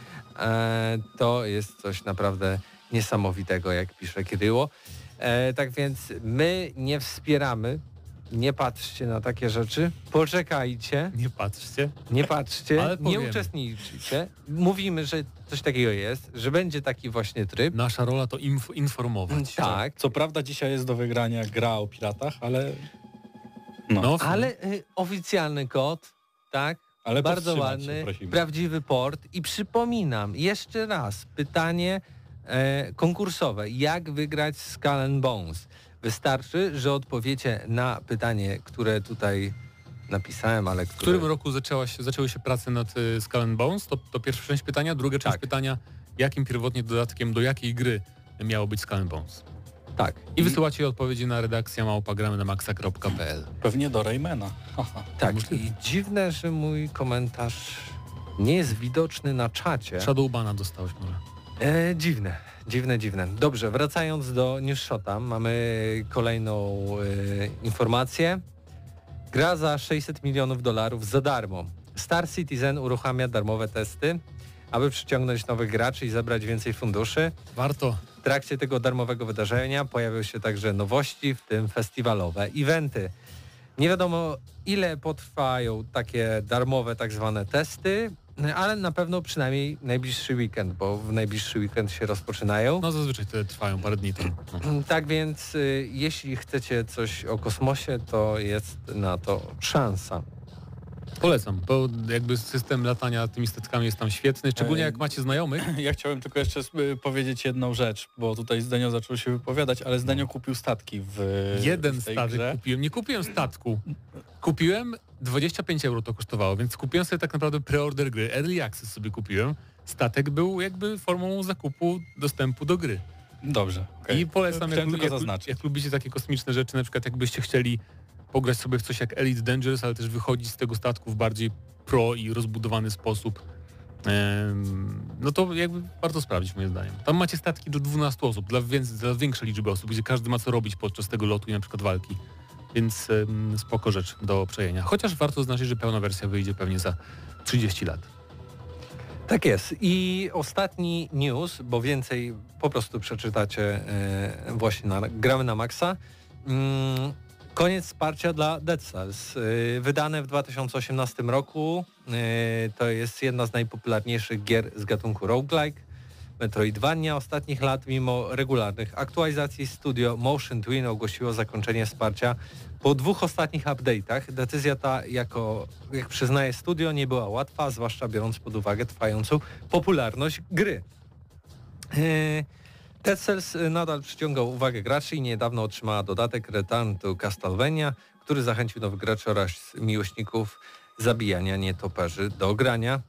to jest coś naprawdę niesamowitego, jak pisze Kiryło. Tak więc my nie wspieramy, nie patrzcie na takie rzeczy, poczekajcie. Nie patrzcie, ale nie uczestniczycie. Mówimy, że coś takiego jest, że będzie taki właśnie tryb. Nasza rola to informować. Tak. Co prawda dzisiaj jest do wygrania gra o piratach, ale... Ale oficjalny kod, tak? Ale bardzo ładny, prawdziwy port. I przypominam jeszcze raz pytanie konkursowe. Jak wygrać Skull and Bones? Wystarczy, że odpowiecie na pytanie, które tutaj napisałem, ale W którym roku zaczęły się prace nad Skull and Bones? To pierwsza część pytania. Druga część pytania, jakim pierwotnie dodatkiem do jakiej gry miało być Skull and Bones? Tak. I wysyłacie odpowiedzi na redakcja @gramy-na-maxa.pl. Pewnie do Raymana. Tak. I dziwne, że mój komentarz nie jest widoczny na czacie. Shadowbana dostałeś może. Dziwne. Dobrze, wracając do News Shota, mamy kolejną informację. Gra za $600 milionów za darmo. Star Citizen uruchamia darmowe testy, aby przyciągnąć nowych graczy i zebrać więcej funduszy. Warto. W trakcie tego darmowego wydarzenia pojawią się także nowości, w tym festiwalowe eventy. Nie wiadomo, ile potrwają takie darmowe tak zwane testy, ale na pewno przynajmniej najbliższy weekend, bo w najbliższy weekend się rozpoczynają. No zazwyczaj te trwają parę dni tam. No. Tak więc jeśli chcecie coś o kosmosie, to jest na to szansa. Polecam, bo jakby system latania tymi statkami jest tam świetny, szczególnie jak macie znajomych. Ja chciałem tylko jeszcze powiedzieć jedną rzecz, bo tutaj Zdenio zaczął się wypowiadać, ale Zdenio kupił statki w Jeden w tej statek grze. kupiłem. Nie kupiłem statku. Kupiłem, 25 € to kosztowało, więc kupiłem sobie tak naprawdę preorder gry. Early Access sobie kupiłem. Statek był jakby formą zakupu dostępu do gry. Dobrze. Okay. I polecam, jak lubicie takie kosmiczne rzeczy, na przykład jakbyście chcieli pograć sobie w coś jak Elite Dangerous, ale też wychodzić z tego statku w bardziej pro i rozbudowany sposób, no to jakby warto sprawdzić moim zdaniem. Tam macie statki do 12 osób, dla większej liczby osób, gdzie każdy ma co robić podczas tego lotu i na przykład walki. Więc spoko rzecz do przejęcia. Chociaż warto zaznaczyć, że pełna wersja wyjdzie pewnie za 30 lat. Tak jest. I ostatni news, bo więcej po prostu przeczytacie właśnie na Gramy na Maxa. Koniec wsparcia dla Dead Cells. Wydane w 2018 roku. To jest jedna z najpopularniejszych gier z gatunku roguelike. Metroidvania ostatnich lat, mimo regularnych aktualizacji, studio Motion Twin ogłosiło zakończenie wsparcia po 2 ostatnich update'ach. Decyzja ta, jak przyznaje studio, nie była łatwa, zwłaszcza biorąc pod uwagę trwającą popularność gry. Dead Cells nadal przyciągał uwagę graczy i niedawno otrzymała dodatek Return to Castlevania, który zachęcił nowych graczy oraz miłośników zabijania nietoperzy do grania.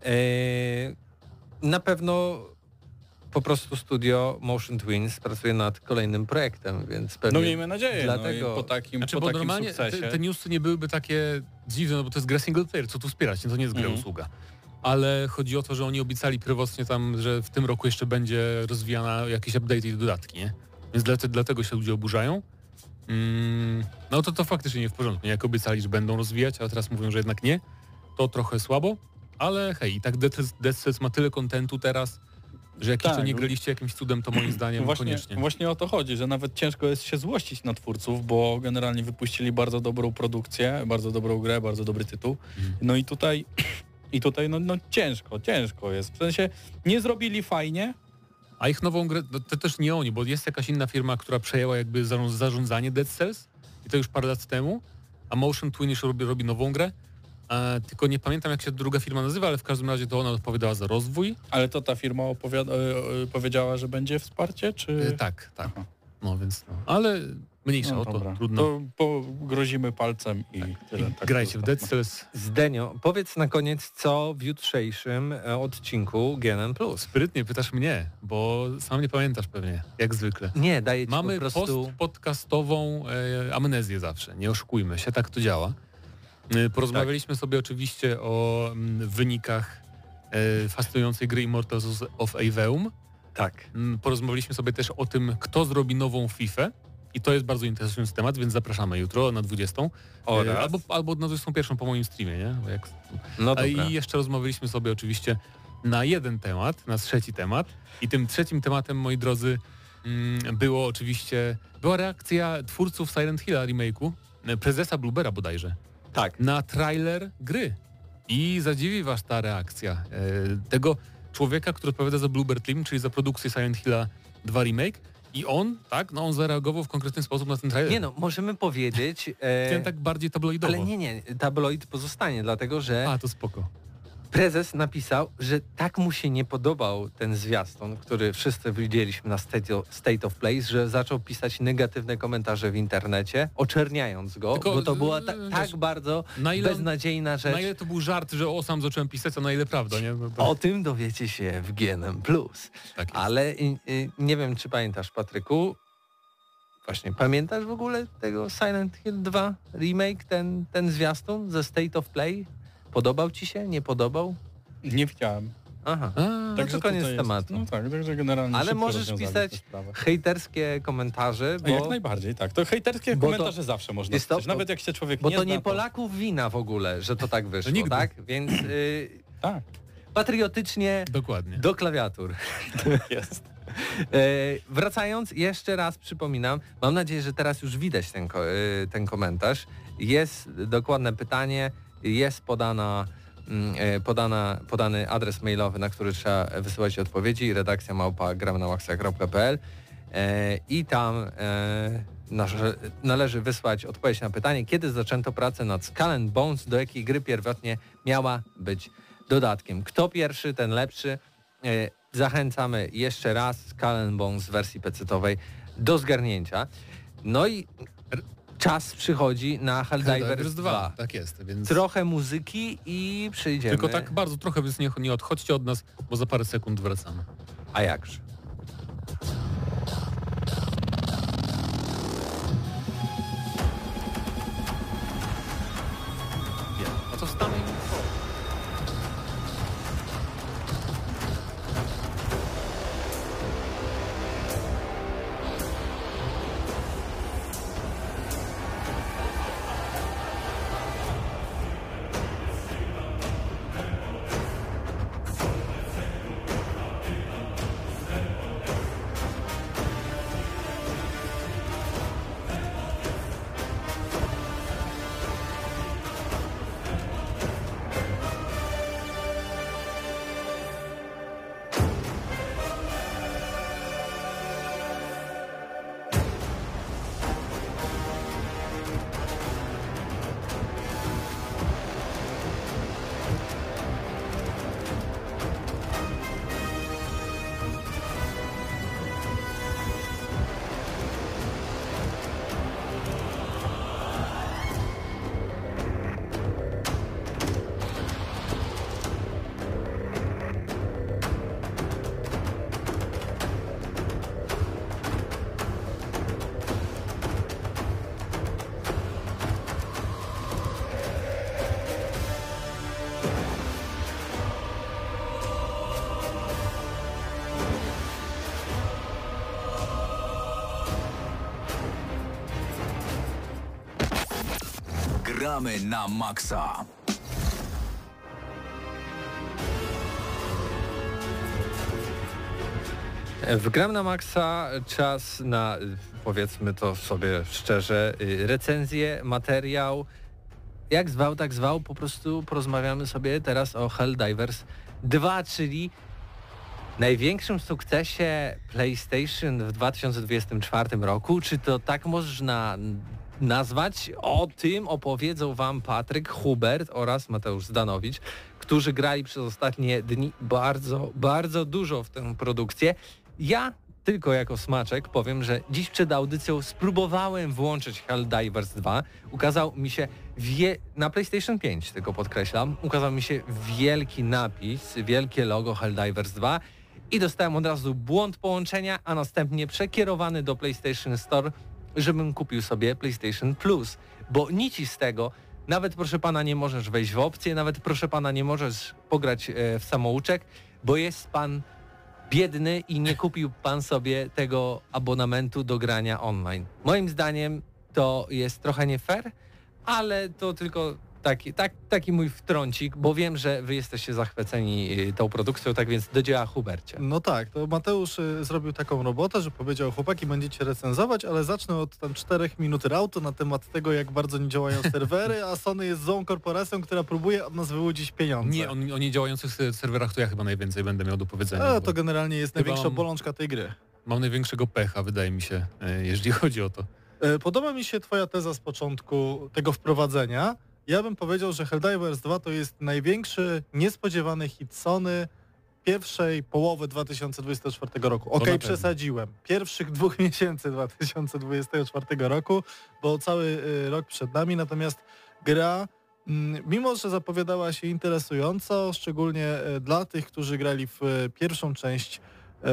Na pewno po prostu studio Motion Twins pracuje nad kolejnym projektem, więc pewnie... No miejmy nadzieję, dlatego... po takim bo normalnie sukcesie. te newsy nie byłyby takie dziwne, no bo to jest gra single player, co tu wspierać, to nie jest gra usługa. Ale chodzi o to, że oni obiecali pierwotnie tam, że w tym roku jeszcze będzie rozwijana jakieś update i dodatki, nie? Więc dlatego się ludzie oburzają. No to faktycznie nie w porządku. Jak obiecali, że będą rozwijać, a teraz mówią, że jednak nie, to trochę słabo, ale hej, i tak Dead Cells ma tyle kontentu teraz, że jak jeszcze nie graliście jakimś cudem, to moim zdaniem koniecznie. Właśnie o to chodzi, że nawet ciężko jest się złościć na twórców, bo generalnie wypuścili bardzo dobrą produkcję, bardzo dobrą grę, bardzo dobry tytuł. No i tutaj no ciężko jest. W sensie nie zrobili fajnie. A ich nową grę, no to też nie oni, bo jest jakaś inna firma, która przejęła jakby zarządzanie Dead Cells i to już parę lat temu, a Motion Twinish robi nową grę. Tylko nie pamiętam, jak się druga firma nazywa, ale w każdym razie to ona odpowiadała za rozwój. Ale to ta firma powiedziała, że będzie wsparcie, czy... Tak. Aha. No więc, ale mniejsza o to, trudno. To pogrozimy palcem i tyle. Tak, grajcie w Dead Cells. Zdenio, powiedz na koniec, co w jutrzejszym odcinku GNM+. Sprytnie pytasz mnie, bo sam nie pamiętasz pewnie, jak zwykle. Nie, daję ci Mamy po prostu... post-podcastową amnezję zawsze, nie oszukujmy się, tak to działa. Porozmawialiśmy sobie oczywiście o wynikach fascynującej gry Immortals of Aveum. Tak. Porozmawialiśmy sobie też o tym, kto zrobi nową FIFA i to jest bardzo interesujący temat, więc zapraszamy jutro na 20. Albo na 21 po moim streamie, nie? No dobra. I jeszcze rozmawialiśmy sobie oczywiście na jeden temat, na trzeci temat i tym trzecim tematem, moi drodzy, była reakcja twórców Silent Hilla remake'u, prezesa Bluebera bodajże. Tak. Na trailer gry. I zadziwi was ta reakcja tego człowieka, który odpowiada za Bluebird Team, czyli za produkcję Silent Hilla 2 Remake. I on zareagował w konkretny sposób na ten trailer. Nie no, możemy powiedzieć... Ten tak bardziej tabloidowo. Ale nie, tabloid pozostanie, dlatego że... To spoko. Prezes napisał, że tak mu się nie podobał ten zwiastun, który wszyscy widzieliśmy na State of Play, że zaczął pisać negatywne komentarze w internecie, oczerniając go, bo to była tak bardzo beznadziejna rzecz. Na ile to był żart, że sam zacząłem pisać, a na ile prawda, nie? No o tym dowiecie się w GNM+. Tak ale nie wiem, czy pamiętasz, Patryku, właśnie pamiętasz w ogóle tego Silent Hill 2 remake, ten zwiastun ze State of Play? Podobał ci się? Nie podobał? Nie widziałem. Aha, także to koniec tematu. No tak, także generalnie. Ale możesz pisać hejterskie komentarze, bo... Jak najbardziej, tak. To hejterskie komentarze zawsze można pisać, nawet jak się człowiek nie zna. Bo to nie Polaków wina w ogóle, że to tak wyszło, nigdy. tak? Więc tak. Patriotycznie dokładnie do klawiatur. Jest. Wracając, jeszcze raz przypominam, mam nadzieję, że teraz już widać ten komentarz. Jest dokładne pytanie, jest podany adres mailowy, na który trzeba wysyłać odpowiedzi, redakcja @gramnamaxa.pl i tam należy wysłać odpowiedź na pytanie, kiedy zaczęto pracę nad Skull and Bones, do jakiej gry pierwotnie miała być dodatkiem. Kto pierwszy, ten lepszy. Zachęcamy jeszcze raz, Skull and Bones w wersji PC-owej do zgarnięcia. No i czas przychodzi na Helldivers 2. Tak jest, więc... Trochę muzyki i przyjdziemy. Tylko tak bardzo trochę, więc nie odchodźcie od nas, bo za parę sekund wracamy. A jakże? No to wstanę i... Gramy na maksa. W Gram na Maxa czas na, powiedzmy to sobie szczerze, recenzję, materiał. Jak zwał, tak zwał, po prostu porozmawiamy sobie teraz o Helldivers 2, czyli największym sukcesie PlayStation w 2024 roku. Czy to tak można nazwać? O tym opowiedzą Wam Patryk Hubert oraz Mateusz Zdanowicz, którzy grali przez ostatnie dni bardzo, bardzo dużo w tę produkcję. Ja tylko jako smaczek powiem, że dziś przed audycją spróbowałem włączyć Helldivers 2. Ukazał mi się na PlayStation 5, tylko podkreślam, ukazał mi się wielki napis, wielkie logo Helldivers 2 i dostałem od razu błąd połączenia, a następnie przekierowany do PlayStation Store, żebym kupił sobie PlayStation Plus, bo nic z tego, nawet proszę pana nie możesz wejść w opcję, nawet proszę pana nie możesz pograć w samouczek, bo jest pan biedny i nie kupił pan sobie tego abonamentu do grania online. Moim zdaniem to jest trochę nie fair, ale to tylko taki mój wtrącik, bo wiem, że wy jesteście zachwyceni tą produkcją, tak więc do dzieła, Hubercie. No tak, to Mateusz zrobił taką robotę, że powiedział: chłopaki, będziecie recenzować, ale zacznę od tam 4 minut rautu na temat tego, jak bardzo nie działają serwery, a Sony jest złą korporacją, która próbuje od nas wyłudzić pieniądze. Nie, o niedziałających serwerach to ja chyba najwięcej będę miał do powiedzenia. To generalnie jest największa bolączka tej gry. Mam największego pecha, wydaje mi się, jeżeli chodzi o to. Podoba mi się twoja teza z początku tego wprowadzenia. Ja bym powiedział, że Helldivers 2 to jest największy niespodziewany hit Sony pierwszej połowy 2024 roku. Okej, przesadziłem. Pierwszych 2 miesięcy 2024 roku, bo cały rok przed nami, natomiast gra, mimo że zapowiadała się interesująco, szczególnie dla tych, którzy grali w pierwszą część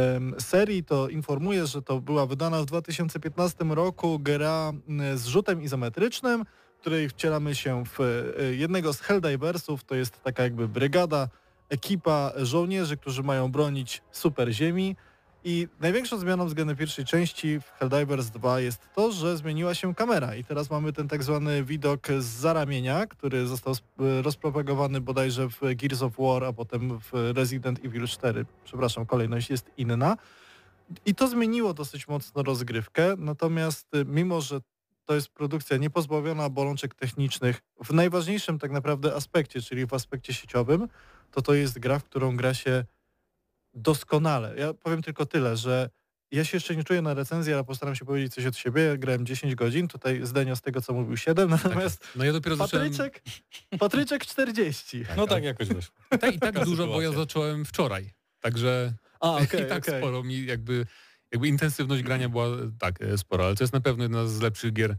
serii, to informuję, że to była wydana w 2015 roku gra z rzutem izometrycznym, w której wcielamy się w jednego z Helldiversów. To jest taka jakby brygada, ekipa żołnierzy, którzy mają bronić super ziemi. I największą zmianą względem pierwszej części w Helldivers 2 jest to, że zmieniła się kamera i teraz mamy ten tak zwany widok z zaramienia, który został rozpropagowany bodajże w Gears of War, a potem w Resident Evil 4. Przepraszam, kolejność jest inna. I to zmieniło dosyć mocno rozgrywkę, natomiast mimo, że to jest produkcja niepozbawiona bolączek technicznych w najważniejszym tak naprawdę aspekcie, czyli w aspekcie sieciowym, to jest gra, w którą gra się doskonale. Ja powiem tylko tyle, że ja się jeszcze nie czuję na recenzji, ale postaram się powiedzieć coś od siebie. Ja grałem 10 godzin, tutaj Zdenio z tego co mówił 7, natomiast tak. No ja dopiero Patryczek 40. No tak jakoś wyszło. I tak dużo, bo ja zacząłem wczoraj. Także sporo mi jakby intensywność grania była tak spora, ale to jest na pewno jedna z lepszych gier,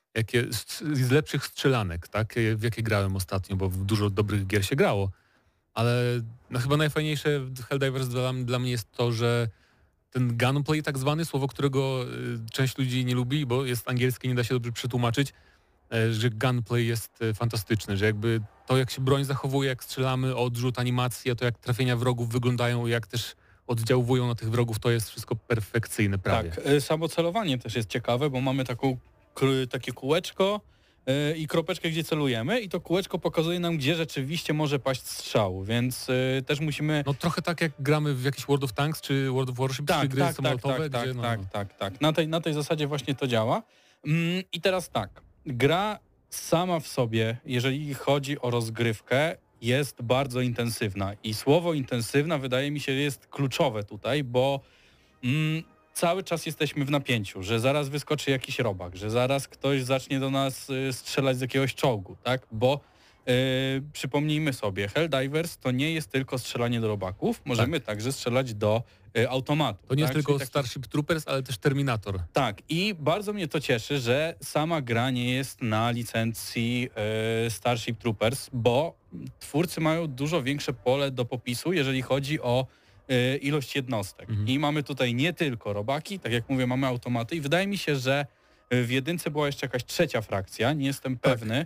z lepszych strzelanek, tak, w jakie grałem ostatnio, bo w dużo dobrych gier się grało. Ale chyba najfajniejsze w Helldivers dla mnie jest to, że ten gunplay tak zwany, słowo, którego część ludzi nie lubi, bo jest angielskie, nie da się dobrze przetłumaczyć, że gunplay jest fantastyczny, że jakby to, jak się broń zachowuje, jak strzelamy, odrzut, animacja, to jak trafienia wrogów wyglądają, jak też oddziaływują na tych wrogów, to jest wszystko perfekcyjne prawie. Tak, samo celowanie też jest ciekawe, bo mamy takie kółeczko i kropeczkę, gdzie celujemy i to kółeczko pokazuje nam, gdzie rzeczywiście może paść strzał, więc też musimy... No trochę tak jak gramy w jakiś World of Tanks czy World of Warship, czy gry samolotowe. Tak. Na tej zasadzie właśnie to działa. I teraz tak, gra sama w sobie, jeżeli chodzi o rozgrywkę, jest bardzo intensywna i słowo intensywna wydaje mi się jest kluczowe tutaj, bo cały czas jesteśmy w napięciu, że zaraz wyskoczy jakiś robak, że zaraz ktoś zacznie do nas strzelać z jakiegoś czołgu, tak? Bo przypomnijmy sobie, Helldivers to nie jest tylko strzelanie do robaków, możemy także strzelać do automatu. To nie jest tylko Starship Troopers, ale też Terminator. Tak, i bardzo mnie to cieszy, że sama gra nie jest na licencji Starship Troopers, bo twórcy mają dużo większe pole do popisu, jeżeli chodzi o ilość jednostek. I mamy tutaj nie tylko robaki, tak jak mówię, mamy automaty i wydaje mi się, że w jedynce była jeszcze jakaś trzecia frakcja, nie jestem pewny.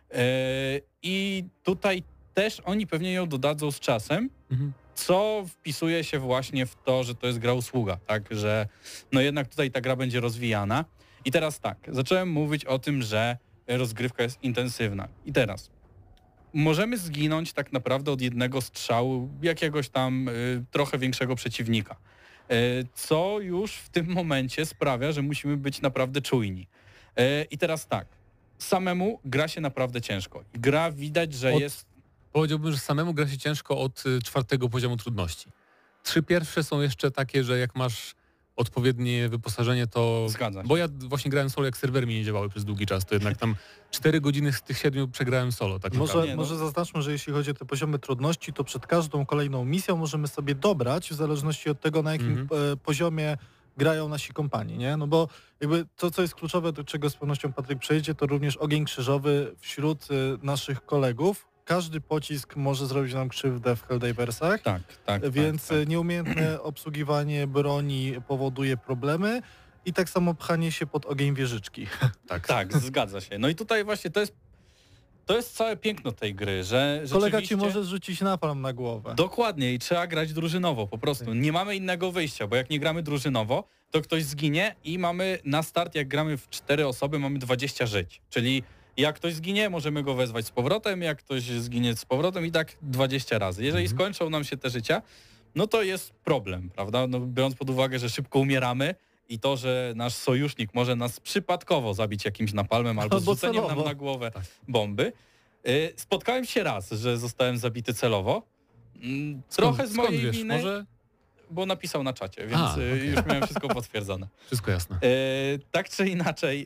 I tutaj też oni pewnie ją dodadzą z czasem, co wpisuje się właśnie w to, że to jest gra usługa, tak, że no jednak tutaj ta gra będzie rozwijana. I teraz tak, zacząłem mówić o tym, że rozgrywka jest intensywna. I teraz możemy zginąć tak naprawdę od jednego strzału jakiegoś tam trochę większego przeciwnika. co już w tym momencie sprawia, że musimy być naprawdę czujni. I teraz tak, samemu gra się naprawdę ciężko. Gra widać, że jest... Powiedziałbym, że samemu gra się ciężko od 4. poziomu trudności. 3 pierwsze są jeszcze takie, że jak masz odpowiednie wyposażenie, to... Zgadza się. Bo ja właśnie grałem solo, jak serwery mi nie działały przez długi czas, to jednak tam 4 godziny z tych 7 przegrałem solo. Tak może zaznaczmy, że jeśli chodzi o te poziomy trudności, to przed każdą kolejną misją możemy sobie dobrać, w zależności od tego, na jakim poziomie grają nasi kompanii, nie? No bo jakby to, co jest kluczowe, do czego z pewnością Patryk przejdzie, to również ogień krzyżowy wśród naszych kolegów. Każdy pocisk może zrobić nam krzywdę w Helldiversach, więc nieumiejętne obsługiwanie broni powoduje problemy i tak samo pchanie się pod ogień wieżyczki. Tak, zgadza się. No i tutaj właśnie to jest całe piękno tej gry, że kolega ci może zrzucić napalm na głowę. Dokładnie i trzeba grać drużynowo po prostu. Nie mamy innego wyjścia, bo jak nie gramy drużynowo, to ktoś zginie i mamy na start, jak gramy w 4 osoby, mamy 20 żyć. Czyli jak ktoś zginie, możemy go wezwać z powrotem, jak ktoś zginie z powrotem i tak 20 razy. Jeżeli skończą nam się te życia, no to jest problem, prawda? No, biorąc pod uwagę, że szybko umieramy i to, że nasz sojusznik może nas przypadkowo zabić jakimś napalmem albo zrzuceniem nam na głowę bomby. Spotkałem się raz, że zostałem zabity celowo. Trochę z mojej winy, może... bo napisał na czacie, więc już miałem wszystko potwierdzone. Wszystko jasne. Tak czy inaczej...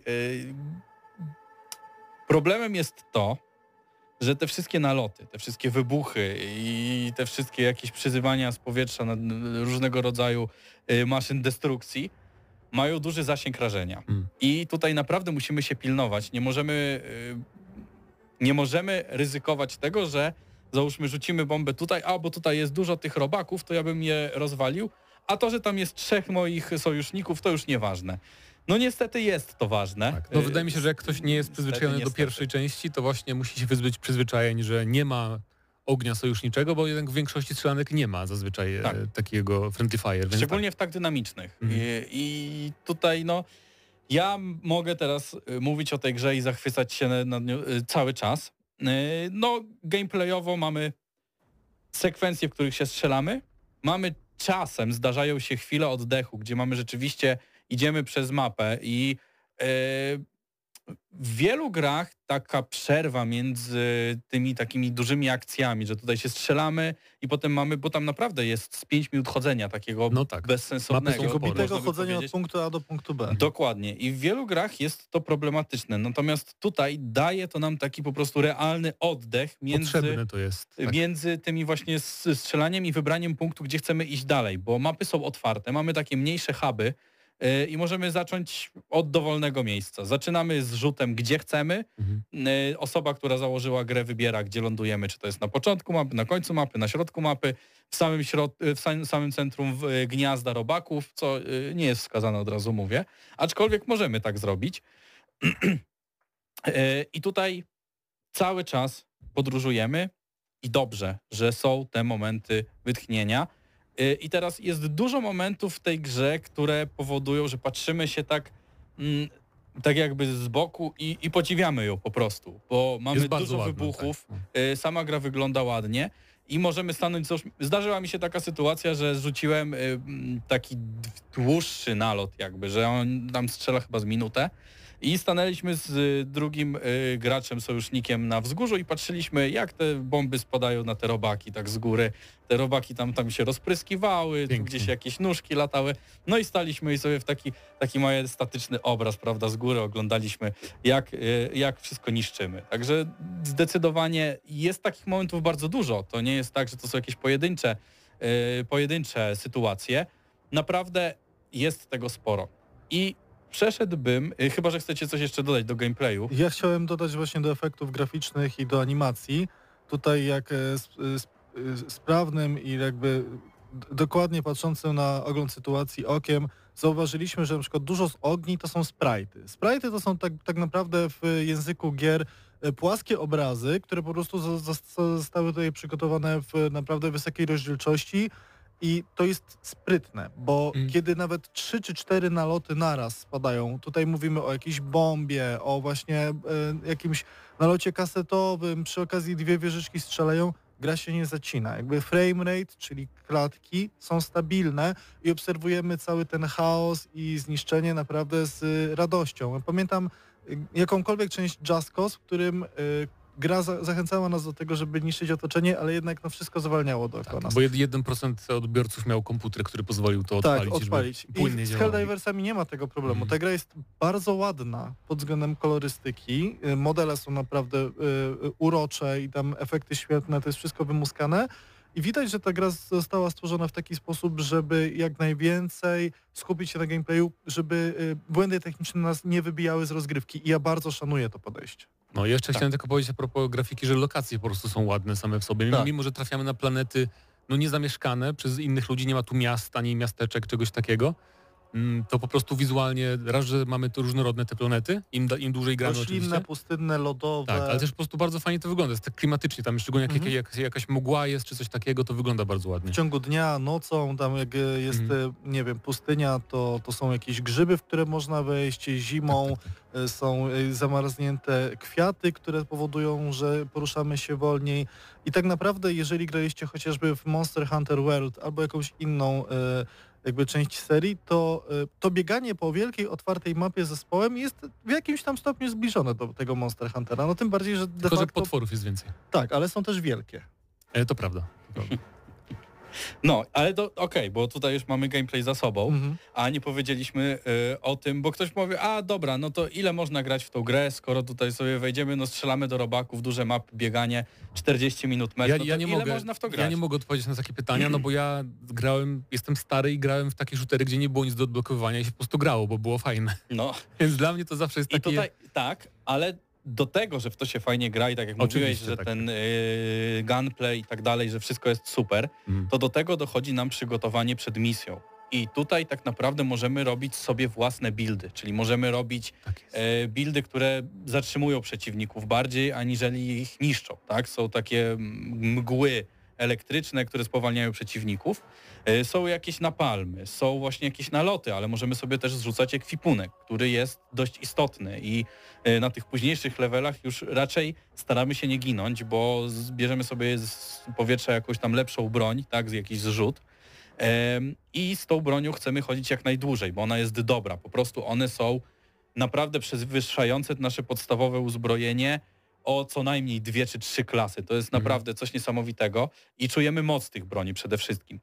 Problemem jest to, że te wszystkie naloty, te wszystkie wybuchy i te wszystkie jakieś przyzywania z powietrza na różnego rodzaju maszyn destrukcji mają duży zasięg rażenia. I tutaj naprawdę musimy się pilnować. Nie możemy ryzykować tego, że załóżmy rzucimy bombę tutaj, bo tutaj jest dużo tych robaków, to ja bym je rozwalił, a to, że tam jest 3 moich sojuszników, to już nieważne. No niestety jest to ważne. Tak. No wydaje mi się, że jak ktoś nie jest przyzwyczajony do pierwszej części, to właśnie musi się wyzbyć przyzwyczajeń, że nie ma ognia sojuszniczego, bo jednak w większości strzelanek nie ma zazwyczaj takiego friendly fire. Szczególnie w tak dynamicznych. I tutaj ja mogę teraz mówić o tej grze i zachwycać się nad nią cały czas. Gameplayowo mamy sekwencje, w których się strzelamy. Czasem zdarzają się chwile oddechu, gdzie mamy rzeczywiście idziemy przez mapę i w wielu grach taka przerwa między tymi takimi dużymi akcjami, że tutaj się strzelamy i potem mamy, bo tam naprawdę jest z 5 minut chodzenia takiego bezsensownego. Tego chodzenia od punktu A do punktu B. Dokładnie. I w wielu grach jest to problematyczne. Natomiast tutaj daje to nam taki po prostu realny oddech między tymi właśnie strzelaniem i wybraniem punktu, gdzie chcemy iść dalej, bo mapy są otwarte, mamy takie mniejsze huby, i możemy zacząć od dowolnego miejsca. Zaczynamy z rzutem, gdzie chcemy. Osoba, która założyła grę, wybiera, gdzie lądujemy, czy to jest na początku mapy, na końcu mapy, na środku mapy, w samym centrum gniazda robaków, co nie jest wskazane, od razu mówię. Aczkolwiek możemy tak zrobić. I tutaj cały czas podróżujemy i dobrze, że są te momenty wytchnienia. I teraz jest dużo momentów w tej grze, które powodują, że patrzymy się tak jakby z boku i podziwiamy ją po prostu, bo mamy dużo wybuchów, sama gra wygląda ładnie i możemy stanąć... Zdarzyła mi się taka sytuacja, że rzuciłem taki dłuższy nalot jakby, że on tam strzela chyba z minutę i stanęliśmy z drugim graczem, sojusznikiem na wzgórzu i patrzyliśmy, jak te bomby spadają na te robaki tak z góry. Te robaki tam się rozpryskiwały, gdzieś jakieś nóżki latały. No i staliśmy i sobie w taki majestatyczny obraz, prawda, z góry oglądaliśmy, jak wszystko niszczymy. Także zdecydowanie jest takich momentów bardzo dużo. To nie jest tak, że to są jakieś pojedyncze sytuacje. Naprawdę jest tego sporo. I przeszedłbym, chyba że chcecie coś jeszcze dodać do gameplayu. Ja chciałem dodać właśnie do efektów graficznych i do animacji. Tutaj jak sprawnym i jakby dokładnie patrzącym na ogląd sytuacji okiem zauważyliśmy, że na przykład dużo z ogni to są sprite'y. Sprite'y to są tak naprawdę w języku gier płaskie obrazy, które po prostu zostały tutaj przygotowane w naprawdę wysokiej rozdzielczości. I to jest sprytne, bo kiedy nawet 3 czy 4 naloty naraz spadają, tutaj mówimy o jakiejś bombie, o właśnie jakimś nalocie kasetowym, przy okazji 2 wieżyczki strzelają, gra się nie zacina. Jakby framerate, czyli klatki są stabilne i obserwujemy cały ten chaos i zniszczenie naprawdę z radością. Pamiętam jakąkolwiek część Just Cause, w którym gra zachęcała nas do tego, żeby niszczyć otoczenie, ale jednak wszystko zwalniało dookoła nas. Bo 1% odbiorców miał komputer, który pozwolił to odpalić. I z Helldiversami nie ma tego problemu. Ta gra jest bardzo ładna pod względem kolorystyki. Modele są naprawdę urocze i tam efekty świetne, to jest wszystko wymuskane. I widać, że ta gra została stworzona w taki sposób, żeby jak najwięcej skupić się na gameplayu, żeby błędy techniczne nas nie wybijały z rozgrywki. I ja bardzo szanuję to podejście. No i jeszcze chciałem tylko powiedzieć a propos grafiki, że lokacje po prostu są ładne same w sobie. Mimo, że trafiamy na planety niezamieszkane przez innych ludzi, nie ma tu miast, ani miasteczek, czegoś takiego, to po prostu wizualnie, raz, że mamy tu różnorodne te planety, im dłużej gramy roślinne, oczywiście. pustynne, lodowe. Tak, ale też po prostu bardzo fajnie to wygląda, jest tak klimatycznie, tam szczególnie jak jakaś mgła jest, czy coś takiego, to wygląda bardzo ładnie. W ciągu dnia, nocą, tam jak jest, nie wiem, pustynia, to są jakieś grzyby, w które można wejść, zimą są zamarznięte kwiaty, które powodują, że poruszamy się wolniej. I tak naprawdę, jeżeli graliście chociażby w Monster Hunter World albo jakąś inną jakby część serii, to bieganie po wielkiej, otwartej mapie zespołem jest w jakimś tam stopniu zbliżone do tego Monster Huntera. No tym bardziej, że Tylko, że potworów jest więcej. Tak, ale są też wielkie. To prawda. No, ale to okej, bo tutaj już mamy gameplay za sobą, a nie powiedzieliśmy o tym, bo ktoś powie, a dobra, no to ile można grać w tą grę, skoro tutaj sobie wejdziemy, strzelamy do robaków, duże mapy, bieganie, 40 minut mecz, ile można w to grać? Ja nie mogę odpowiedzieć na takie pytania, no bo ja jestem stary i grałem w takie shootery, gdzie nie było nic do odblokowania i się po prostu grało, bo było fajne. No. Więc dla mnie to zawsze jest takie... I tutaj, tak, ale do tego, że w to się fajnie gra i tak jak mówiłeś, że ten gunplay i tak dalej, że wszystko jest super, to do tego dochodzi nam przygotowanie przed misją. I tutaj tak naprawdę możemy robić sobie własne buildy, czyli możemy robić buildy, które zatrzymują przeciwników bardziej, aniżeli ich niszczą. Tak? Są takie mgły elektryczne, które spowalniają przeciwników. Są jakieś napalmy, są właśnie jakieś naloty, ale możemy sobie też zrzucać ekwipunek, który jest dość istotny i na tych późniejszych levelach już raczej staramy się nie ginąć, bo bierzemy sobie z powietrza jakąś tam lepszą broń, tak, z jakiś zrzut i z tą bronią chcemy chodzić jak najdłużej, bo ona jest dobra. Po prostu one są naprawdę przewyższające nasze podstawowe uzbrojenie o co najmniej 2 czy 3 klasy. To jest naprawdę coś niesamowitego i czujemy moc tych broni przede wszystkim.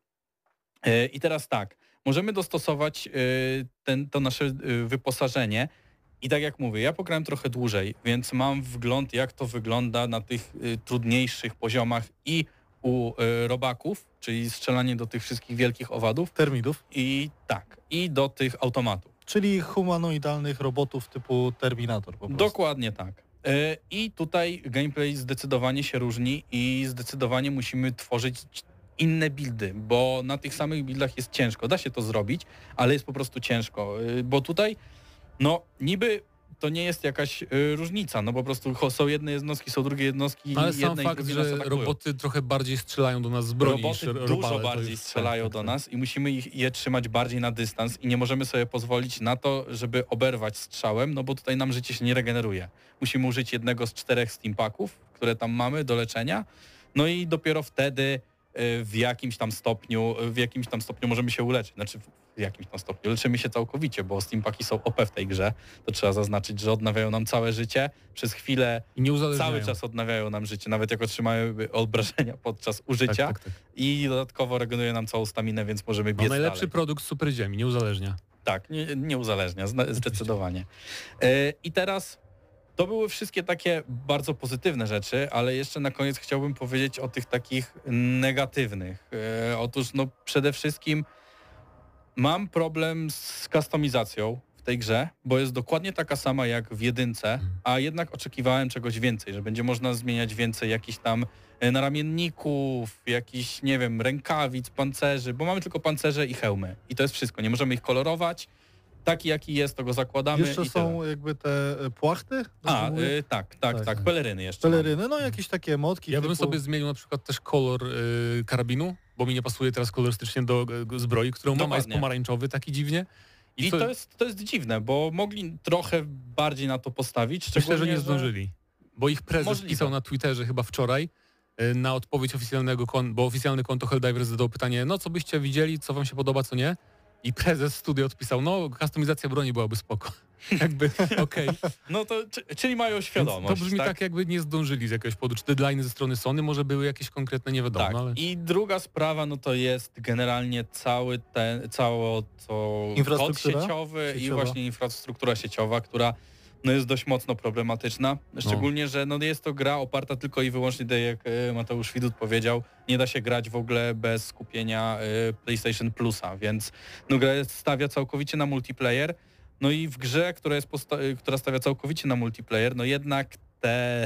I teraz tak, możemy dostosować to nasze wyposażenie i tak jak mówię, ja pograłem trochę dłużej, więc mam wgląd, jak to wygląda na tych trudniejszych poziomach i u robaków, czyli strzelanie do tych wszystkich wielkich owadów. Termitów. I tak, i do tych automatów. Czyli humanoidalnych robotów typu Terminator po prostu. Dokładnie tak. I tutaj gameplay zdecydowanie się różni i zdecydowanie musimy tworzyć inne buildy, bo na tych samych buildach jest ciężko. Da się to zrobić, ale jest po prostu ciężko, bo tutaj no niby to nie jest jakaś różnica, no po prostu są jedne jednostki, są drugie jednostki. Ale sam fakt, że roboty trochę bardziej strzelają do nas z broni. Roboty dużo bardziej strzelają do nas i musimy je trzymać bardziej na dystans i nie możemy sobie pozwolić na to, żeby oberwać strzałem, no bo tutaj nam życie się nie regeneruje. Musimy użyć jednego z 4 steampaków, które tam mamy do leczenia, no i dopiero wtedy w jakimś tam stopniu możemy się uleczyć. Znaczy w jakimś tam stopniu leczymy się całkowicie, bo steampaki są OP w tej grze. To trzeba zaznaczyć, że odnawiają nam całe życie. Przez chwilę cały czas odnawiają nam życie, nawet jak otrzymają obrażenia podczas użycia. Tak. I dodatkowo regeneruje nam całą staminę, więc możemy biec najlepszy dalej. Produkt Super Ziemi, nie uzależnia. Tak, nie uzależnia, zdecydowanie. I teraz to były wszystkie takie bardzo pozytywne rzeczy, ale jeszcze na koniec chciałbym powiedzieć o tych takich negatywnych. Otóż no przede wszystkim mam problem z kustomizacją w tej grze, bo jest dokładnie taka sama jak w 1, a jednak oczekiwałem czegoś więcej, że będzie można zmieniać więcej jakichś tam naramienników, jakichś, nie wiem, rękawic, pancerzy, bo mamy tylko pancerze i hełmy i to jest wszystko, nie możemy ich kolorować. Taki jaki jest, to go zakładamy. Jeszcze są jakby te płachty? Tak, peleryny jeszcze. Peleryny, no jakieś takie emotki. Ja bym sobie zmienił na przykład też kolor karabinu, bo mi nie pasuje teraz kolorystycznie do zbroi, którą mam, a jest pomarańczowy taki dziwnie. I to jest dziwne, bo mogli trochę bardziej na to postawić. Myślę, że nie zdążyli, bo ich prezes pisał na Twitterze chyba wczoraj, na odpowiedź oficjalnego konta, bo oficjalne konto Helldivers zadało pytanie, no co byście widzieli, co wam się podoba, co nie? I prezes studia odpisał, no kustomizacja broni byłaby spoko. Jakby, okej. No to, czyli mają świadomość. Więc to brzmi tak, jakby nie zdążyli z jakiegoś powodu. Czy deadline'y ze strony Sony może były jakieś konkretne, nie wiadomo. Tak. Ale... I druga sprawa, no to jest generalnie całe to kod sieciowy i właśnie infrastruktura sieciowa, która no jest dość mocno problematyczna. Szczególnie, że no jest to gra oparta tylko i wyłącznie, tak jak Mateusz Widut powiedział, nie da się grać w ogóle bez skupienia PlayStation Plusa, więc no gra stawia całkowicie na multiplayer. No i w grze, która stawia całkowicie na multiplayer, no jednak te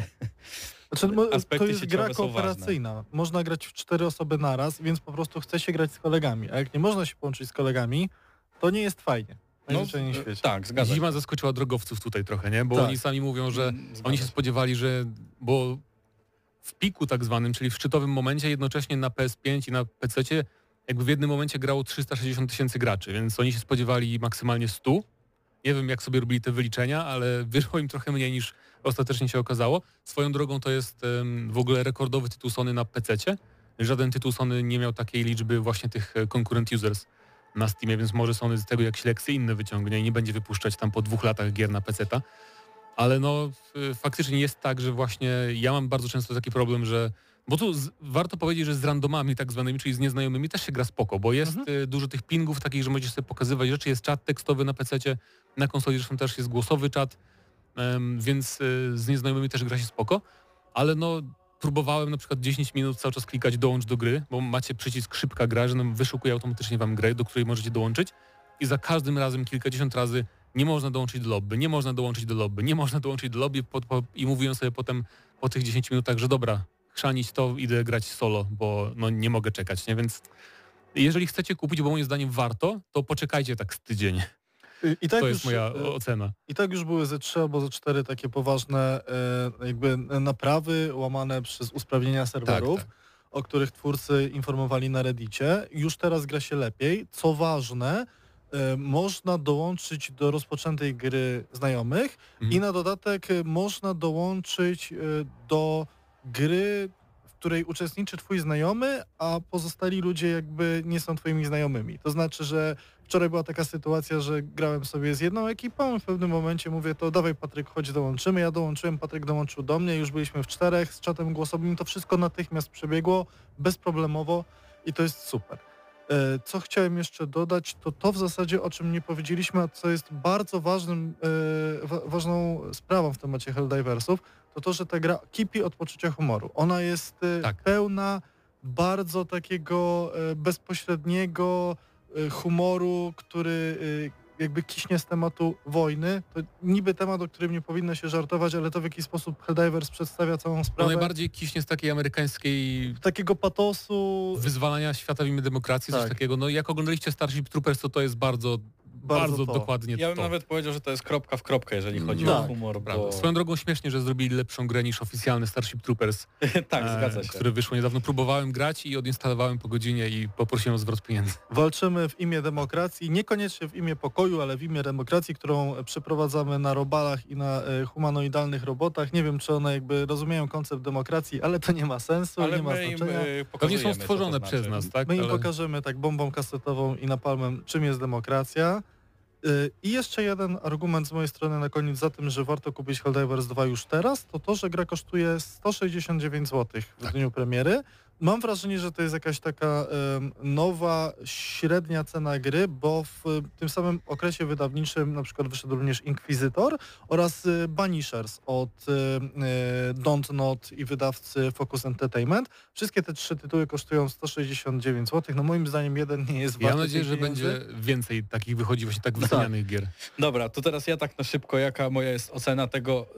aspekty to jest gra sieciowe są kooperacyjna. ważne. Można grać w 4 osoby naraz, więc po prostu chce się grać z kolegami. A jak nie można się połączyć z kolegami, to nie jest fajnie. Najzwyczajniej w świecie. Tak, zgadza się. Zima zaskoczyła drogowców tutaj trochę, nie? Bo oni sami mówią, że oni się spodziewali, że bo w piku tak zwanym, czyli w szczytowym momencie jednocześnie na PS5 i na PC-cie jakby w jednym momencie grało 360 000 graczy, więc oni się spodziewali maksymalnie 100. Nie wiem, jak sobie robili te wyliczenia, ale wyszło im trochę mniej niż ostatecznie się okazało. Swoją drogą to jest w ogóle rekordowy tytuł Sony na PC-cie. Żaden tytuł Sony nie miał takiej liczby właśnie tych concurrent users na Steamie, więc może Sony z tego jakiś lekcje inne wyciągnie i nie będzie wypuszczać tam po 2 latach gier na PC-ta. Ale no faktycznie jest tak, że właśnie ja mam bardzo często taki problem, że bo tu warto powiedzieć, że z randomami tak zwanymi, czyli z nieznajomymi też się gra spoko, bo jest dużo tych pingów takich, że możecie sobie pokazywać rzeczy, jest czat tekstowy na PC-cie, na konsoli zresztą też jest głosowy czat, więc z nieznajomymi też gra się spoko, ale no próbowałem na przykład 10 minut cały czas klikać dołącz do gry, bo macie przycisk szybka gra, że nam wyszukuje automatycznie wam grę, do której możecie dołączyć i za każdym razem kilkadziesiąt razy nie można dołączyć do lobby, nie można dołączyć do lobby, nie można dołączyć do lobby i mówiłem sobie potem po tych 10 minutach, że dobra, chrzanić to, idę grać solo, bo no nie mogę czekać, nie? Więc jeżeli chcecie kupić, bo moim zdaniem warto, to poczekajcie tak z tydzień. I tak to już, jest moja ocena. I tak już były ze 3 albo ze 4 takie poważne jakby naprawy łamane przez usprawnienia serwerów, tak. o których twórcy informowali na Reddicie. Już teraz gra się lepiej. Co ważne, można dołączyć do rozpoczętej gry znajomych i na dodatek można dołączyć do gry, w której uczestniczy twój znajomy, a pozostali ludzie jakby nie są twoimi znajomymi. To znaczy, że wczoraj była taka sytuacja, że grałem sobie z jedną ekipą, w pewnym momencie mówię, to dawaj Patryk, chodź dołączymy. Ja dołączyłem, Patryk dołączył do mnie, już byliśmy w 4 z czatem głosowym, to wszystko natychmiast przebiegło, bezproblemowo i to jest super. Co chciałem jeszcze dodać, to w zasadzie, o czym nie powiedzieliśmy, a co jest bardzo ważną sprawą w temacie Helldiversów, to, że ta gra kipi od poczucia humoru. Ona jest pełna bardzo takiego bezpośredniego humoru, który jakby kiśnie z tematu wojny. To niby temat, o którym nie powinno się żartować, ale to w jaki sposób Helldivers przedstawia całą sprawę. No najbardziej kiśnie z takiej amerykańskiej... Takiego patosu... Wyzwalania świata w imię demokracji, coś takiego. No jak oglądaliście Starship Troopers, to jest bardzo dokładnie Ja bym nawet powiedział, że to jest kropka w kropkę, jeżeli chodzi o humor. Bo... Swoją drogą śmiesznie, że zrobili lepszą grę niż oficjalny Starship Troopers. Tak, zgadza się. Który wyszło niedawno. Próbowałem grać i odinstalowałem po godzinie i poprosiłem o zwrot pieniędzy. Walczymy w imię demokracji, niekoniecznie w imię pokoju, ale w imię demokracji, którą przeprowadzamy na robalach i na humanoidalnych robotach. Nie wiem, czy one jakby rozumieją koncept demokracji, ale to nie ma sensu, ale nie ma znaczenia. Pewnie są stworzone przez nas, tak? My im pokażemy tak bombą kasetową i napalmem, czym jest demokracja. I jeszcze jeden argument z mojej strony na koniec za tym, że warto kupić Helldivers 2 już teraz, to, że gra kosztuje 169 zł w dniu premiery. Mam wrażenie, że to jest jakaś taka nowa, średnia cena gry, bo w tym samym okresie wydawniczym na przykład wyszedł również Inquisitor oraz Banishers od Don't Not i wydawcy Focus Entertainment. Wszystkie te 3 tytuły kosztują 169 zł. No moim zdaniem jeden nie jest warty. Ja mam nadzieję, że będzie więcej takich wychodzi właśnie tak wycenianych gier. Dobra, to teraz ja tak na szybko, jaka moja jest ocena tego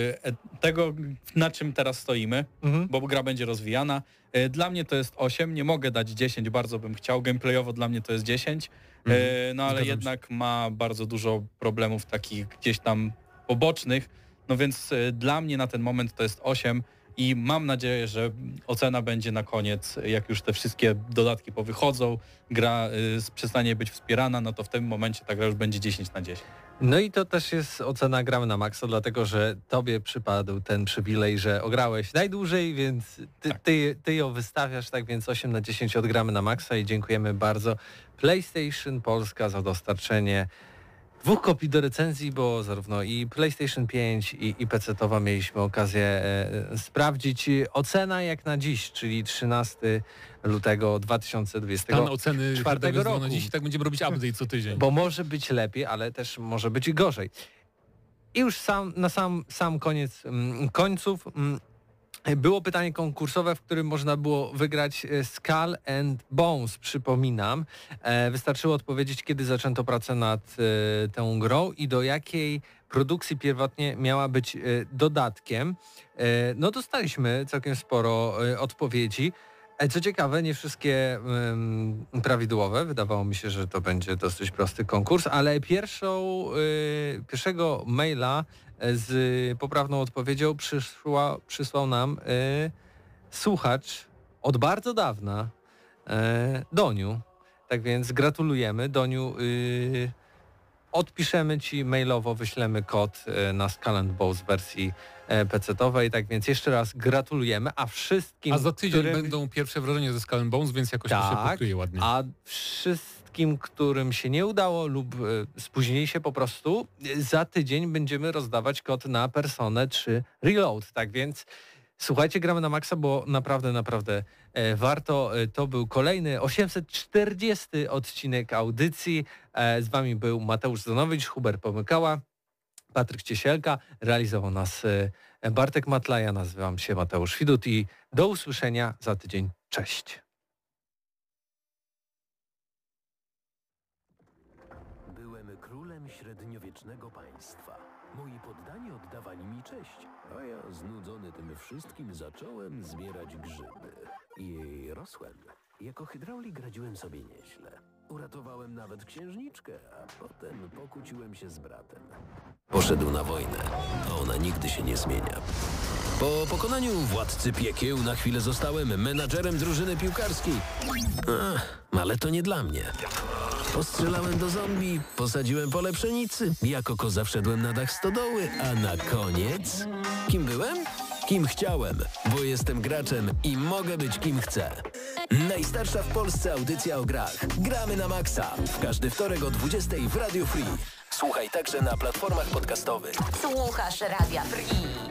na czym teraz stoimy, bo gra będzie rozwijana. Dla mnie to jest 8, nie mogę dać 10, bardzo bym chciał, gameplayowo dla mnie to jest 10, no ale jednak ma bardzo dużo problemów takich gdzieś tam pobocznych, no więc dla mnie na ten moment to jest 8 i mam nadzieję, że ocena będzie na koniec, jak już te wszystkie dodatki powychodzą, gra przestanie być wspierana, no to w tym momencie ta gra już będzie 10 na 10. No i to też jest ocena Gramy na Maxa, dlatego że tobie przypadł ten przywilej, że ograłeś najdłużej, więc ty ją wystawiasz, tak więc 8 na 10 od Gramy na Maxa i dziękujemy bardzo PlayStation Polska za dostarczenie 2 kopii do recenzji, bo zarówno i PlayStation 5 i PC-towa mieliśmy okazję sprawdzić. Ocena jak na dziś, czyli 13 lutego 2024 Stan oceny roku. Na dziś i tak będziemy robić update co tydzień. Bo może być lepiej, ale też może być gorzej. I już na sam koniec końców było pytanie konkursowe, w którym można było wygrać Skull and Bones, przypominam. Wystarczyło odpowiedzieć, kiedy zaczęto pracę nad tą grą i do jakiej produkcji pierwotnie miała być dodatkiem. No dostaliśmy całkiem sporo odpowiedzi. Co ciekawe, nie wszystkie prawidłowe. Wydawało mi się, że to będzie dosyć prosty konkurs, ale pierwszego maila z poprawną odpowiedzią przysłał nam słuchacz od bardzo dawna, Doniu. Tak więc gratulujemy. Doniu, odpiszemy Ci mailowo, wyślemy kod na Skull and Bones w wersji PC-towej, tak więc jeszcze raz gratulujemy, a wszystkim... A za tydzień będą pierwsze wrażenia ze Skull and Bones, więc jakoś to się pokryje ładnie. A wszystkim, którym się nie udało lub spóźnili się po prostu, za tydzień będziemy rozdawać kod na Personę 3 Reload, tak więc słuchajcie, Gramy na Maxa, bo naprawdę warto. To był kolejny 840 odcinek audycji. Z Wami był Mateusz Zanowicz, Hubert Pomykała, Patryk Ciesielka, realizował nas Bartek Matla, ja nazywam się Mateusz Widut i do usłyszenia za tydzień. Cześć. Byłem królem średniowiecznego państwa. Moi poddani oddawali mi cześć, a ja znudzony tym wszystkim zacząłem zbierać grzyby. I rosłem. Jako hydraulik radziłem sobie nieźle. Uratowałem nawet księżniczkę, a potem pokłóciłem się z bratem. Poszedł na wojnę, a ona nigdy się nie zmienia. Po pokonaniu władcy piekieł na chwilę zostałem menadżerem drużyny piłkarskiej. Ale to nie dla mnie. Postrzelałem do zombie, posadziłem pole pszenicy, jako koza wszedłem na dach stodoły, a na koniec... Kim byłem? Kim chciałem, bo jestem graczem i mogę być kim chcę. Najstarsza w Polsce audycja o grach. Gramy na Maxa. W każdy wtorek o 20 w Radio Free. Słuchaj także na platformach podcastowych. Słuchasz Radia Free.